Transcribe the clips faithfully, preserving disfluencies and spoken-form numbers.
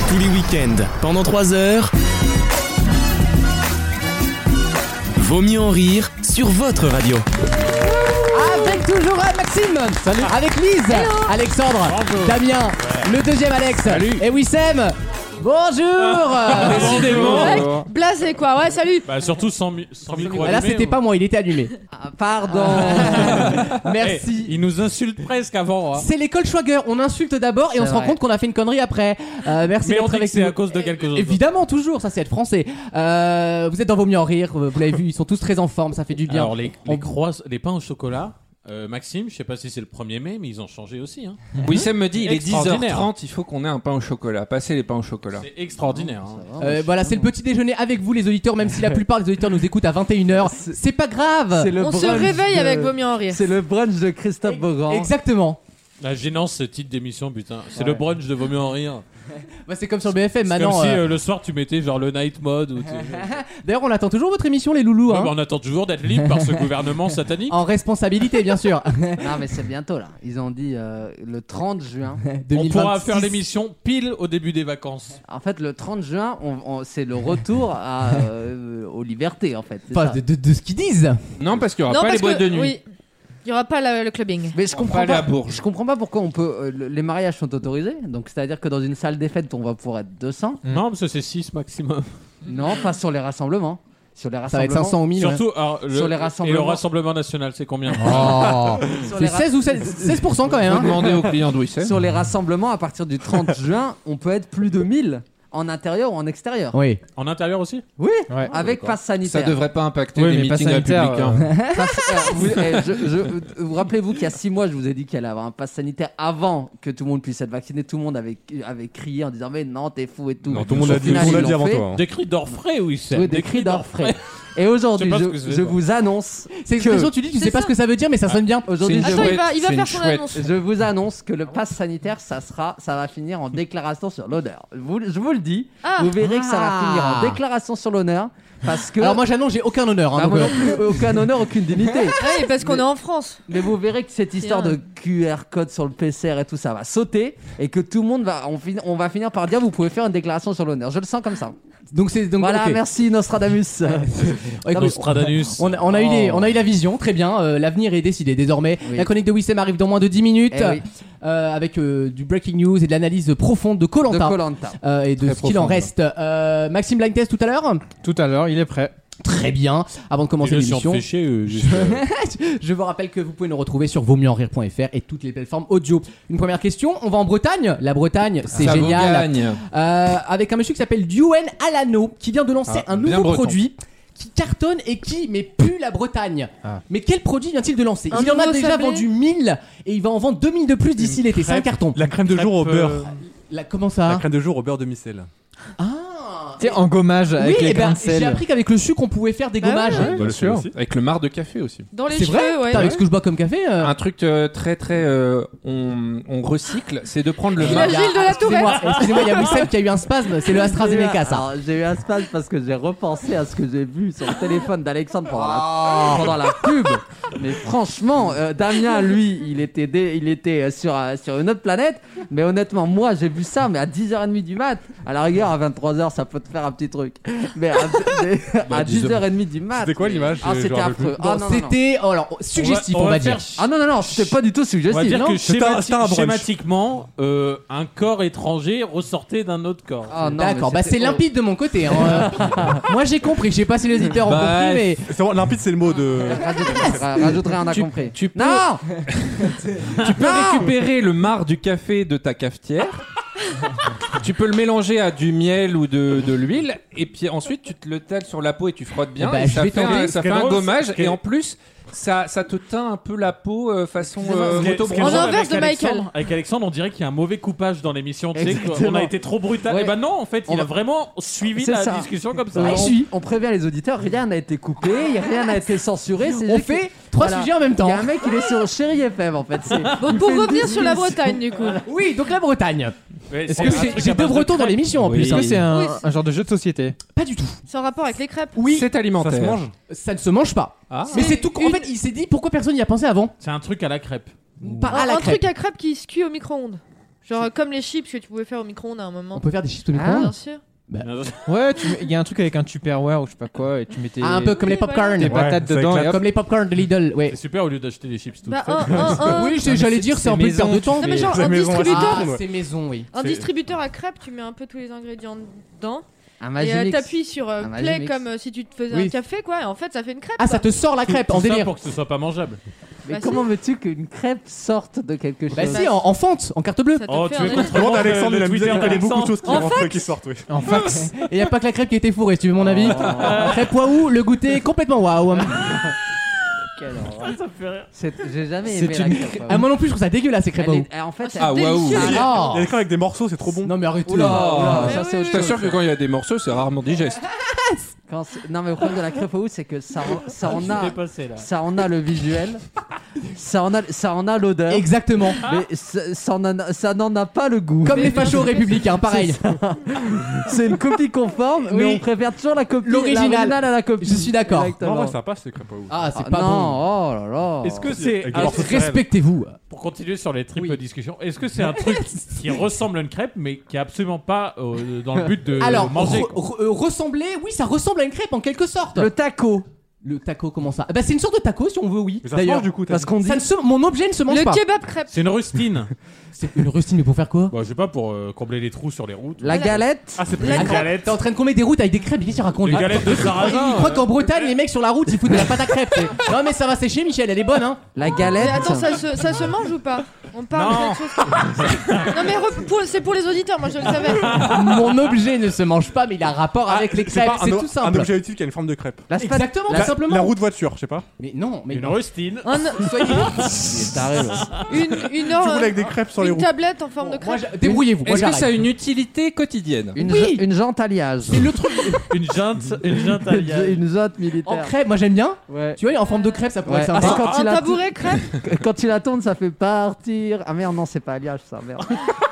Tous les week-ends, pendant trois heures, Vaut mieux en rire sur votre radio. Avec toujours un Maxime. Salut. Avec Lise. Hello. Alexandre. Bonjour. Damien. Ouais. Le deuxième Alex. Salut. Et Wissem. Bonjour. Décidément. Blasé quoi, ouais, salut. Bah surtout sans, mi- sans micro allumé. Là c'était ou... pas moi, il était allumé. Ah, pardon. Merci. Hey, il nous insulte presque avant. Hein. C'est l'école Schwager, on insulte d'abord et c'est on vrai. Se rend compte qu'on a fait une connerie après. Euh, merci. Mais on dit avec que c'est nous. à cause de quelque chose. Évidemment, toujours, ça c'est être français. Euh, vous êtes dans Vaut mieux en rire, vous l'avez vu, ils sont tous très en forme, ça fait du bien. Alors les, on... les, croises, les pains au chocolat. Euh, Maxime, je sais pas si c'est le premier mai, mais ils ont changé aussi. Hein. Wissem me dit il est dix heures trente, il faut qu'on ait un pain au chocolat. Passez les pains au chocolat. C'est extraordinaire. Hein. Euh, voilà, c'est le petit déjeuner avec vous, les auditeurs, même si la plupart des auditeurs nous écoutent à vingt et une heures. C'est, c'est pas grave. C'est On se réveille de... avec Vaut mieux en rire. C'est le brunch de Christophe Beaugrand. Exactement. La gênance, ce titre d'émission, putain. C'est ouais. Le brunch de Vaut mieux en rire. Bah c'est comme sur B F M c'est maintenant. Comme si euh... euh, le soir tu mettais genre le night mode. Ou D'ailleurs, on attend toujours votre émission, les loulous. Ouais, hein. bah, on attend toujours d'être libre par ce gouvernement satanique. En responsabilité, bien sûr. Non, mais c'est bientôt là. Ils ont dit euh, le trente juin. deux mille vingt-six. On pourra faire l'émission pile au début des vacances. En fait, le trente juin, on, on, c'est le retour à, euh, aux libertés en fait. Pas de, de, de ce qu'ils disent. Non, parce qu'il n'y aura non, pas les boîtes que, de nuit. Oui. Il n'y aura pas la, le clubbing. Mais je comprends pas, pas je comprends pas pourquoi on peut. Euh, les mariages sont autorisés, donc c'est-à-dire que dans une salle des fêtes, on va pouvoir être deux cents. Non, parce que c'est six maximum. Non, pas sur les rassemblements. Sur les rassemblements. Ça va être cinq cents ou mille. Surtout, ouais. alors, le, sur les rassemblements. Et le Rassemblement National, c'est combien? Oh. C'est seize ou seize pour cent quand même. Hein. Demandez aux clients d'où ils sont. Sur les rassemblements, à partir du trente juin, on peut être plus de mille. En intérieur ou en extérieur. Oui. En intérieur aussi. Oui. Ouais. Avec passe sanitaire. Ça devrait pas impacter oui, les meetings républicains. Passe, euh, vous, eh, je, je, vous rappelez-vous qu'il y a six mois, je vous ai dit qu'il allait avoir un passe sanitaire avant que tout le monde puisse être vacciné. Tout le monde avait, avait crié en disant mais non t'es fou et tout. Non, tout le monde a dit, final, dit avant toi. Hein. Des cris d'orfraie, oui, c'est. Oui, des, des cris d'orfraie. Et aujourd'hui, je, je, je vous annonce. C'est l'expression, tu dis, tu sais pas ce que ça veut dire, mais ça sonne bien. Aujourd'hui, Attends, il va, il va faire son annonce. Je vous annonce que le pass sanitaire, ça sera, ça va finir en déclaration sur l'honneur. Vous, je vous le dis, ah. vous verrez que ça va finir en déclaration sur l'honneur. Parce que... Alors moi j'annonce, j'ai aucun honneur. Hein, bah, donc, euh... aucun honneur, aucune dignité. Oui, parce qu'on mais, est en France. Mais vous verrez que cette histoire de Q R code sur le P C R et tout ça va sauter et que tout le monde va, on, fin... on va finir par dire vous pouvez faire une déclaration sur l'honneur. Je le sens comme ça. Donc c'est donc voilà, okay. Merci Nostradamus. Nostradamus. On, on a eu les, on a eu la vision, très bien. Euh, l'avenir est décidé désormais. Oui. La chronique de Wissem arrive dans moins de dix minutes eh oui. euh, avec euh, du breaking news et de l'analyse profonde de Koh-Lanta euh, et de très ce qu'il en reste. Euh, Maxime Blind Test tout à l'heure. Tout à l'heure, il est prêt. Très bien. Avant de commencer l'émission, fichier, euh, je vous rappelle que vous pouvez nous retrouver sur vaut mieux en rire point f r et toutes les plateformes audio. Une première question, on va en Bretagne. La Bretagne, c'est ça génial. Euh, avec un monsieur qui s'appelle Duen Alano qui vient de lancer ah, un nouveau breton. produit qui cartonne et qui mais pue la Bretagne. Ah. Mais quel produit vient-il de lancer? Un Il en a déjà sablé. vendu mille et il va en vendre deux mille de plus d'ici l'été. C'est un carton. La crème de jour au beurre. Euh... La, comment ça? La crème de jour au beurre de micelle. Ah. Tu sais, en gommage avec oui, les ben, grains de sel. J'ai appris qu'avec le sucre, on pouvait faire des bah gommages. Ouais, ouais. Bien sûr. Avec le marc de café aussi. Dans les c'est cheveux, vrai ouais. Putain, avec ce que je bois comme café. Euh... Un truc euh, très très euh, on, on recycle, c'est de prendre le marc. marc. De la excusez-moi, excusez-moi, il y a Wissem qui a eu un spasme. C'est le AstraZeneca, ça. Alors, j'ai eu un spasme parce que j'ai repensé à ce que j'ai vu sur le téléphone d'Alexandre pendant la, pendant la pub. Mais franchement, euh, Damien, lui, il était, dé, il était sur, euh, sur une autre planète. Mais honnêtement, moi, j'ai vu ça, mais à dix heures trente du mat. À la rigueur, à vingt-trois heures, ça peut te faire un petit truc. Mais à, à dix heures trente du mat. C'était quoi l'image? Ah, c'était affreux. Ah, non, c'était oh, alors, suggestif, on va, on on va dire. Ah non, non, non, c'était pas du tout suggestif. On va dire non que schémati- un, un schématiquement, euh, un corps étranger ressortait d'un autre corps. Ah, non, d'accord, bah c'est limpide de mon côté. Hein. Moi j'ai compris, je sais pas si les auditeurs ont bah, compris, mais. C'est vraiment, limpide, c'est le mot de. Rajouterai, on a tu, compris. Tu peux, non tu peux non récupérer le marc du café de ta cafetière. Tu peux le mélanger à du miel ou de, de l'huile et puis ensuite tu te le telles sur la peau et tu frottes bien. Bah, et ça fait, un, ça fait un drôle, gommage et en plus ça, ça te teint un peu la peau euh, façon euh, moto-bronze. En inverse de Michael. Avec Alexandre, on dirait qu'il y a un mauvais coupage dans l'émission. Tu sais, on a été trop brutal. Ouais. Et bah non, en fait, il on a vraiment suivi la ça. discussion comme ça. Euh, on, on prévient les auditeurs, rien n'a été coupé, rien n'a été censuré. C'est on fait que... trois voilà. sujets en même temps. Il y a un mec, il est sur Chéri F M en fait. Bon, pour revenir sur la Bretagne, du coup. Oui, donc la Bretagne. Ouais, Est-ce que c'est, j'ai deux Bretons dans l'émission en oui. plus? Est-ce que c'est un, oui. un genre de jeu de société? Pas du tout. C'est en rapport avec les crêpes? Oui. C'est alimentaire. Ça se mange? Ça ne se mange pas. Ah. Mais c'est, c'est tout. Une... En fait, il s'est dit pourquoi personne n'y a pensé avant. C'est un truc à la crêpe. Pas un, à la un crêpe. truc à crêpes qui se cuit au micro-ondes. Genre comme les chips que tu pouvais faire au micro-ondes à un moment. On peut faire des chips au Ah, micro-ondes bien sûr. Bah. Ouais, tu mets- il y a un truc avec un Tupperware ou je sais pas quoi, et tu mettais Ah, un peu comme les Oui, popcorn. des Ouais, patates ça dedans. éclate. Et hop. Comme les popcorn de Lidl, ouais. C'est super au lieu d'acheter des chips toutes Bah, faites. un, un, un- Oui, c'est- j'allais dire, c'est un peu une perte de temps. Non, mais genre C'est un maison, distributeur, Ah, c'est maison, oui. un C'est- distributeur à crêpes, tu mets un peu tous les ingrédients dedans. Un Et euh, Magimix. t'appuies sur euh, Un play Magimix. comme euh, si tu te faisais Oui. un café, quoi. Et en fait, ça fait une crêpe. Ah, ça quoi. te sort la crêpe en Tout ça délire. pour que ce soit pas mangeable. Mais Bah, comment si. veux-tu qu'une crêpe sorte de quelque chose Bah si, en, en fente, en carte bleue. Ça te Oh, fait tu un veux effet. qu'on Demande à Alexandre, il a Twitter il connaît beaucoup de choses qui En rentrent et qui sortent. Oui. En fax. Et y a pas que la crêpe qui a été fourrée, si tu veux mon avis. Crêpe waouh, le goûter complètement waouh. Quelle horreur. Ça me fait rire. C'est- J'ai jamais C'est aimé la une crêpe. Ah, moi non plus, je trouve ça dégueulasse ces crêpes Elle waouh. est- En fait, Ah, c'est Ah, waouh. délicieux. Il y Ah. a des crêpes avec des morceaux, c'est trop bon. Non mais arrêtez. Oula, là. oula, Mais ça oui, c'est oui, autre Je oui. chose. t'assure que quand il y a des morceaux, c'est rarement digeste. Quand c'est- non mais le problème de la crêpe au c'est que ça, en- ça en Je suis a, dépassé, là. ça en a le visuel, ça en a, ça en a l'odeur, Exactement. mais ça, ça en a- ça n'en a pas le goût. Comme les fachos républicains, pareil. C'est une copie conforme, mais Oui. on préfère toujours la copie, L'original. l'original à la copie. Je suis d'accord. Exactement. Non, ouais, ça passe, c'est crêpes au Ah, c'est Ah, pas non, bon. oh là là. Est-ce que c'est Avec des un- morceaux de céréales. Respectez-vous. pour continuer sur les triples Oui. discussions, est-ce que c'est un truc qui ressemble à une crêpe mais qui est absolument pas euh, dans le but de Alors, manger re- re- euh, ressembler, oui, ça ressemble à une crêpe en quelque sorte. Le taco, Le taco, comment ça? Bah, c'est une sorte de taco si on veut, oui. Mais ça se D'ailleurs, mange du coup. t'as parce dit. qu'on dit ça ne se- mon objet ne se mange Le pas. kebab crêpe. C'est une rustine. C'est une rustine, mais pour faire quoi? Bah, je sais pas, pour euh, combler les trous sur les routes. la galette, Ah, c'est plus La une galette. T'es en train de combler des routes avec des crêpes, qu'est-ce qu'il raconte? Les Ah, galettes de il sarrasin. croit qu'en Bretagne, les mecs sur la route, ils foutent de la pâte à crêpes. c'est- Non, mais ça va sécher, Michel, elle est bonne, hein. la Mais galette. attends, ça se, ça se mange ou pas? On parle Non. de quelque chose qui- Non mais re- pour- c'est pour les auditeurs, moi je le savais. Mon objet ne se mange pas, mais il a un rapport avec les C'est crêpes, pas c'est un, o- tout un simple. objet utile qui a une forme de crêpe. La spa- Exactement, la- tout simplement. La roue de voiture, je sais pas. Mais non, mais Une rustine. Un- soyez. Il est taré, là. une une, Tu heure, roules avec des crêpes sur les une roues. tablette en forme de Moi, crêpe. je- débrouillez-vous. Moi, Est-ce que j'arrête. ça a une utilité quotidienne Une, Oui. ja- une jante alliage. C'est le truc Une junte. Une junte Une, alliage. une jante en militaire. crêpe. Moi, j'aime bien. Ouais. Tu vois, en forme de crêpe, ça pourrait Ouais. être Ah, sympa. c'est quand Un il a- tabouret crêpe. Quand tu la tournes, ça fait partir. Ah merde, non, c'est pas alliage, ça, merde.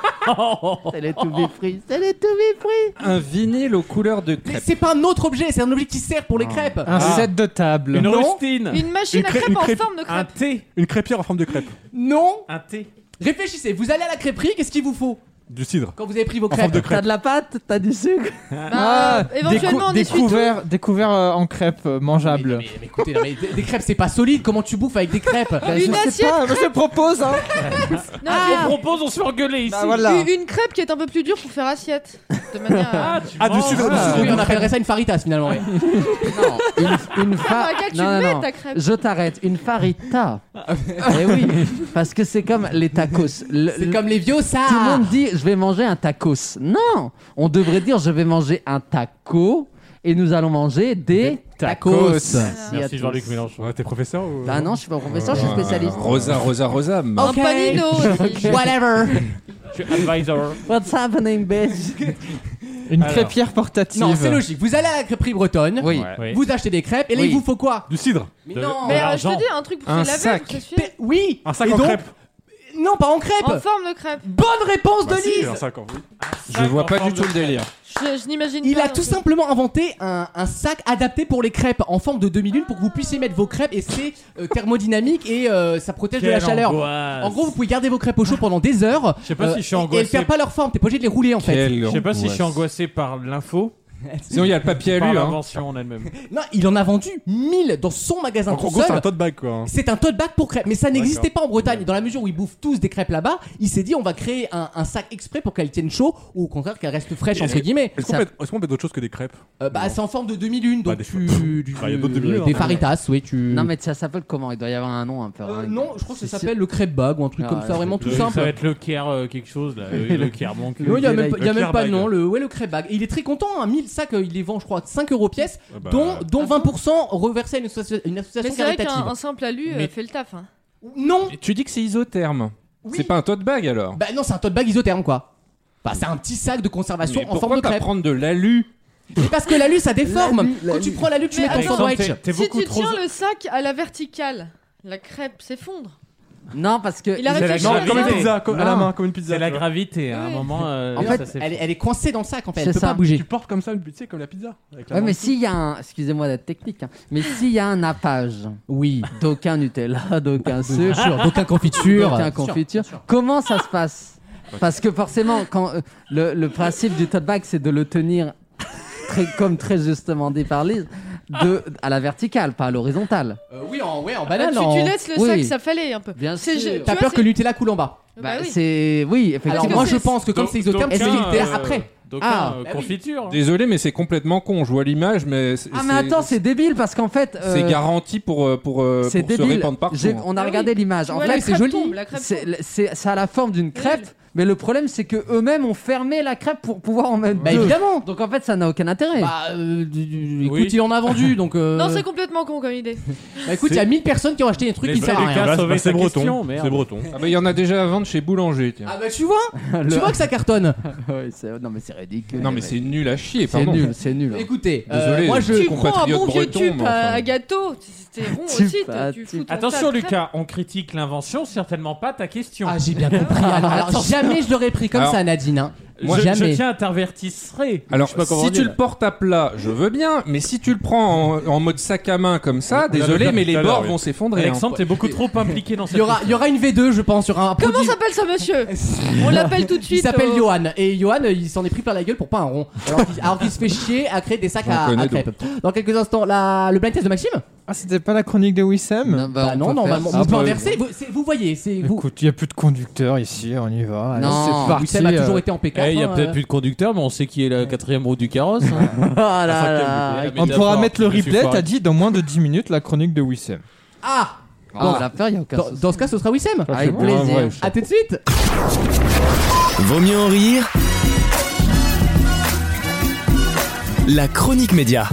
C'est les to be free. C'est les to be free. Un vinyle aux couleurs de Mais crêpes. c'est pas un autre objet, c'est un objet qui sert pour les Ah. crêpes. Un set de table. Une Non. rustine. Une machine Une à crêpe- crêpe une en crêpe- forme de Un crêpe. thé. Une crêpière en forme de crêpe. Non. Un thé. Réfléchissez, vous allez à la crêperie, qu'est-ce qu'il vous faut Du cidre. quand vous avez pris vos En forme crêpes? de T'as crêpe. de la pâte, t'as du sucre. Bah, Ah, euh, des éventuellement cou- on des essuie tout. couverts, des couverts euh, en crêpes euh, mais, mangeables. mais- mais écoutez, non, mais des, des crêpes c'est pas solide, comment tu bouffes avec des crêpes? Bah, Une je sais assiette pas. moi je propose, hein. Non, On propose, on se fait engueuler ici. Bah, voilà. une, une crêpe qui est un peu plus dure pour faire assiette. De manière à... Ah, tu Ah, du manges. cidre, du Ah. cidre. Oui, on appellerait ça une faritas finalement. oui. Non, une, une fa- Ah, gars, tu non, non, mets non. ta crêpe. Je t'arrête. Une farita. Eh oui, parce que c'est comme les tacos. Le- C'est le- comme les vieux ça. Tout le monde dit je vais manger un tacos. Non, on devrait dire je vais manger un taco et nous allons manger des tacos. Merci, à Merci tous. Jean-Luc Mélenchon. Ouais, t'es professeur ou... Bah non, je suis pas professeur, je suis spécialiste. Rosa, Rosa, Rosa. Un panino aussi. Whatever. Je suis advisor. What's happening, bitch? Une Alors. crêpière portative. Non, c'est logique. Vous allez à la crêperie bretonne, Oui. Oui. vous achetez des crêpes et là Oui. il vous faut quoi? Du cidre. Mais De- non. de Mais euh, je l'argent. te dis un truc pour Un se laver, sac. ça suffit. Mais- oui. Un sac Et en donc- crêpe. Non, pas en crêpe. En forme de crêpe. Bonne réponse de Bah, si, Lise. un sac en oui. Je vois pas du tout le délire. Je, je n'imagine pas. Il a non tout plus. simplement inventé un, un sac adapté pour les crêpes en forme de demi-lune pour que vous puissiez mettre vos crêpes et c'est euh, thermodynamique et euh, ça protège de la Quelle chaleur. angoisse. En gros, vous pouvez garder vos crêpes au chaud pendant des heures. Je sais pas si je suis et- Et elles angoissé. perdent pas leur forme, t'es pas obligé de les rouler en fait. Quelle Je sais pas si je suis angoisse. angoissé par l'info, Sinon, il y a le papier par alu. Hein. l'invention en elle-même. Non, il en a vendu mille dans son magasin En tout gros, c'est un seul. tote bag quoi. hein. C'est un tote bag pour crêpes, mais ça n'existait D'accord. pas en Bretagne. Dans la mesure où ils bouffent tous des crêpes là-bas, il s'est dit on va créer un, un sac exprès pour qu'elles tiennent chaud ou au contraire qu'elles restent fraîches entre guillemets. Est-ce qu'on Ça- peut, est-ce qu'on peut d'autres choses que des crêpes? Euh, bah, c'est en forme de demi-lune, donc Bah, des tu, fois- du- Bah, il y a d'autres demi-lunes, des hein. faritas, oui, tu. Non mais ça s'appelle comment? Il doit y avoir un nom un peu. Euh, hein. non, je crois que ça C'est- s'appelle le crêpe bag ou un truc Ah, comme ouais, ça, vraiment c'est- tout Le- simple. Ça va être le Caire euh, quelque chose là. Le, le Caire mon cul. Non, il y a Le même, pas- il y a Care même pas de bag. nom, le, ouais, le crêpe bag. Et il est très content, hein, mille sacs, euh, il les vend, je crois, cinq euros pièce, Ah bah, dont, dont Ah vingt pour cent reversés à une, associa- une Mais association c'est vrai caritative. qu'un un simple alu euh, Mais- fait le taf. Hein. Non, Et tu dis que c'est isotherme. Oui. C'est pas un tote bag alors. bah non, c'est un tote bag isotherme quoi. Bah, c'est un petit sac de conservation Mais en forme pourquoi de pas crêpe. prendre de l'alu? Mais parce que l'alu ça déforme. L'alu, Quand l'alu. tu prends l'alu, tu Mais mets ton attends, sandwich. T'es t'es Si beaucoup tu trop. tiens le sac à la verticale, la crêpe s'effondre. Non parce que. Il a C'est la réfléchi. Non, gravité. comme une bien. pizza, comme- à la Non. main, comme une pizza. C'est la tu vois. gravité. À un Oui. moment. euh, En ça fait, s'est Elle est, elle est coincée dans le sac en fait, C'est elle peut ça. pas bouger. Tu portes comme ça une pizza, comme la pizza. avec la Ouais main mais dessous. s'il y a un, excusez-moi d'être technique, hein, mais s'il y a un nappage Oui. d'aucun Nutella, d'aucun Bien sucre, sûr, d'aucun confiture. d'aucun Bien sûr, confiture, bien sûr. comment ça se passe? Parce que forcément, quand euh, le, le principe du tote bag, c'est de le tenir, très, comme très justement dit par Lise, de, à la verticale, pas à l'horizontale. Euh, oui, en, ouais, en Bah, banane. tu, en... tu laisses le Oui. sac s'affaler un peu. Bien C'est- sûr. je- T'as tu peur vois, que le Nutella coule en bas. Bah Bah, oui. c'est oui, effectivement. Alors que moi c'est- je pense que comme Donc- c'est isotherme, donc, c'est euh, Nutella après. Donc, Ah, euh, bah oui. confiture. Désolé, mais c'est complètement con. Je vois l'image, mais c'est- Ah mais attends, c'est débile parce qu'en fait, euh, c'est garanti pour euh, pour, euh, c'est pour se débile. répandre partout. J'ai- hein. On a Ah oui. regardé l'image. Tu En vois, fait, la c'est crêpe joli. tombe, la crêpe c'est tombe. c'est- ça a la forme d'une crêpe, Oui. mais le problème c'est que eux-mêmes ont fermé la crêpe pour pouvoir en mettre Bah deux. évidemment. Donc en fait, ça n'a aucun intérêt. Bah euh, du- du- écoute, Oui. il en a vendu donc. euh, Non, c'est complètement con comme idée. Bah écoute, il y a mille personnes qui ont acheté des trucs Les qui servent à vrais rien. Lucas. Bah, sauver bah, c'est ta question, breton. merde. C'est breton. Ah bah il y en a déjà à vendre chez Boulanger. Tiens. Ah bah tu vois, Le- tu vois que ça cartonne. Ouais, c'est- non mais c'est ridicule. non mais c'est nul à chier. c'est Pardon. nul, c'est nul. hein. Écoutez, euh, Désolé. moi je. Tu prends un compatriote bon vieux breton, tube mais à, enfin. à gâteau, c'était rond Tube aussi, à tu tube. fous ton Attention, tas de crêpes. Lucas, on critique l'invention, certainement pas ta question. Ah j'ai bien compris. Alors, alors, jamais je l'aurais pris comme Alors, ça, Nadine. Hein. moi, je, jamais. je tiens à t'avertisserai. Alors, Je sais pas comment si on dit, tu là. le portes à plat, je veux bien, mais si tu le prends en, en mode sac à main comme ça, On l'avait désolé, fait mais tout les à l'heure, bords oui. vont s'effondrer. hein. Alexandre, t'es beaucoup trop impliqué dans cette Il y aura, il y aura une V deux, je pense, sur un Comment produit. s'appelle ça, monsieur On l'appelle tout de Il suite. s'appelle au- Johan et Johan il s'en est pris plein la gueule pour pas un rond alors qu'il, alors qu'il se fait chier à créer des sacs J'en à, connais à crêpes. Dans quelques instants la, le blind test de Maxime. Ah, c'était pas la chronique de Wissem? Non, bah, Bah on non peut normalement faire vous ça. pouvez inverser vous, c'est- vous voyez c'est vous. Écoute, il y a plus de conducteur ici, on y va. Allez, Non, c'est parti. Wissem a toujours euh, été en P quatre. Eh, il y a hein, peut-être euh. plus de conducteur, mais on sait qui est la quatrième roue du carrosse. hein. Ah là Enfin, là. quel- On métaphore, pourra mettre le je me suis replay, foiré. t'as dit dans moins de dix minutes la chronique de Wissem. Ah On va la faire, il y a aucun dans, souci. dans ce cas ce sera Wissem. Avec Ouais, plaisir. ouais, A tout de suite. Vaut mieux en rire. La chronique média.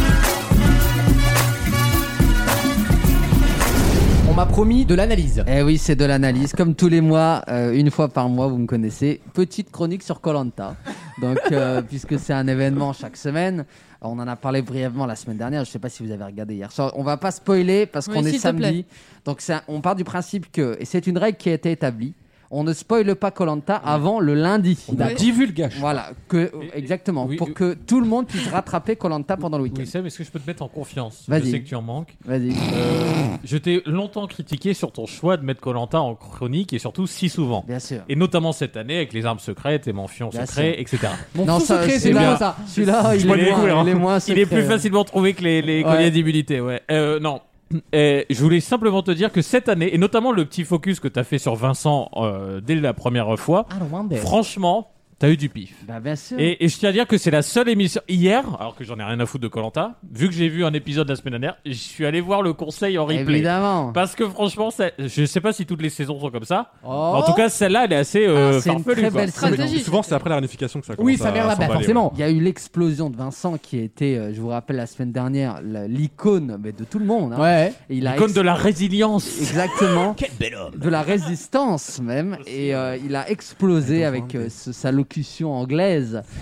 On m'a promis de l'analyse. Eh oui, c'est de l'analyse. Comme tous les mois, euh, une fois par mois, vous me connaissez. Petite chronique sur Koh Lanta. Donc, euh, puisque c'est un événement chaque semaine, on en a parlé brièvement la semaine dernière. Je ne sais pas si vous avez regardé hier soir. On va pas spoiler parce Oui, qu'on est s'il te samedi. Donc, c'est un- on part du principe que, et c'est une règle qui a été établie, on ne spoile pas Koh Lanta avant le lundi. On a Oui. divulgage. Voilà, que, exactement, oui, pour oui. que tout le monde puisse rattraper Koh Lanta pendant le week-end. Oui, Sam, est-ce que je peux te mettre en confiance? Je Vas-y. sais que tu en manques. Vas-y. Euh, je t'ai longtemps critiqué sur ton choix de mettre Koh Lanta en chronique et surtout si souvent. Bien sûr. Et notamment cette année avec les armes secrètes et mentions Bien secrets, sûr. et cetera. Mon Non, faux ça, secret c'est c'est bien. bien ça. Celui-là, il, Je l'ai est moins- découvert, hein. il est moins Il est plus secret. facilement trouvé que les, les Ouais. colliers d'immunité, ouais. Euh, non. Et je voulais simplement te dire que cette année, et notamment le petit focus que tu as fait sur Vincent euh, dès la première fois, I don't want that. franchement, t'as eu du pif. Bah, bien sûr. Et, et je tiens à dire que c'est la seule émission hier, alors que j'en ai rien à foutre de Koh Lanta, vu que j'ai vu un épisode la semaine dernière, je suis allé voir le conseil en replay. Évidemment. Parce que franchement, c'est- je sais pas si toutes les saisons sont comme ça. Oh. En tout cas, celle-là, elle est assez euh, Ah, c'est une farfelue, très quoi. belle Stratégie. Mais souvent, c'est après la réunification que ça commence Oui, ça à merde là, bah, s'emballer, forcément. Il y a eu l'explosion de Vincent qui a été, euh, je vous rappelle la semaine dernière, la- l'icône mais de tout le monde. hein. Ouais. Et il a L'icône ex- de la résilience. Exactement. Quel bel homme. De la résistance même. Et euh, il a explosé avec euh, ce- sa locution anglaise.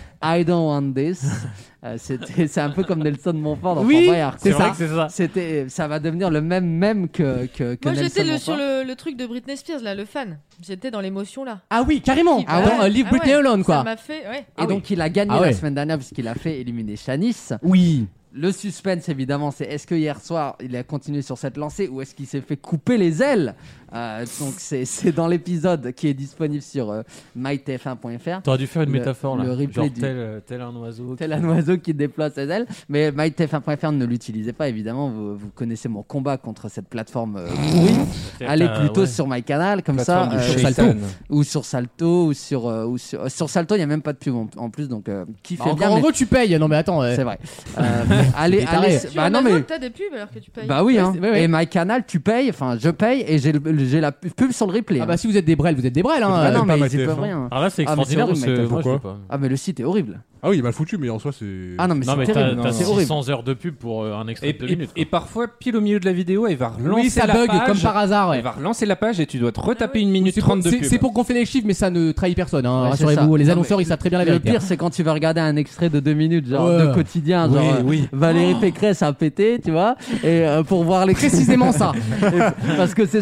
I don't want this. Euh, c'était, c'est un peu comme Nelson Montfort dans Oui, Fort Boyard, C'est quoi. vrai que c'est ça. C'était, ça va devenir le même même que, que, que Moi, Nelson j'étais le- Montfort. sur le, le truc de Britney Spears, là, le fan. J'étais dans l'émotion, là. Ah oui, carrément. Ah Dans ouais. euh, Leave Ah Britney ouais. Alone Ça quoi. m'a fait. Ouais. Et Ah donc il a gagné Ah la ouais. semaine dernière puisqu'il a fait éliminer Shanice. Oui. Le suspense, évidemment, c'est est-ce que hier soir, il a continué sur cette lancée ou est-ce qu'il s'est fait couper les ailes. Euh, Donc, c'est, c'est dans l'épisode qui est disponible sur euh, my t f un point f r. T'aurais dû faire une Le- métaphore là. le replay Genre du- tel, euh, tel un oiseau. Tel un oiseau qui déploie ses ailes. Mais my t f un point f r ne l'utilisez pas, évidemment. Vous, vous connaissez mon combat contre cette plateforme euh, pourrie. Allez Euh, plutôt ouais. sur MyCanal, comme Plateforme ça. du euh, Shaitan. ou sur Salto, ou sur, euh, ou sur, euh, sur Salto, il n'y a même pas de pub en, en plus. Donc, euh, qui Bah, fait encore bien. en mais- gros tu payes. Non mais attends. ouais. C'est vrai. Euh, mais allez, Des tarés. allez. Sur Bah non, Amazon, mais. t'as des pubs alors que tu payes. Bah oui, hein. c'est- ouais, ouais. Et MyCanal, tu payes, enfin je paye et j'ai, le- j'ai la pub sur le replay. Ah hein. bah si vous êtes des brels, vous êtes des brels hein. Ah non, pas mais ma ils y peuvent T F un. rien. Alors là, c'est Ah, mais c'est extraordinaire horrible, parce que mec, moi, je pourquoi l'ai pas. Ah mais le site est horrible. Ah oui, il est mal foutu, mais en soi, c'est. Ah non mais Non, c'est mais terrible. t'as, t'as c'est six horrible. cents heures de pub pour euh, un extrait Et, de deux et- minutes. et parfois, pile au milieu de la vidéo, elle va relancer Oui ça la bug page. comme par hasard ouais. Elle va relancer la page et tu dois te retaper Ah oui. une minute C'est pour, trente de c'est- pub. c'est pour gonfler les chiffres mais ça ne trahit personne hein. Ouais, c'est Rassurez-vous, ça. les Non, annonceurs mais ils savent très bien la Le vérité. pire c'est quand tu vas regarder un extrait de deux minutes genre Ouais. de quotidien, Oui, genre euh, oui. Valérie Pécresse a pété, tu vois, et euh, pour voir les Précisément ça. parce que c'est ça quotidien.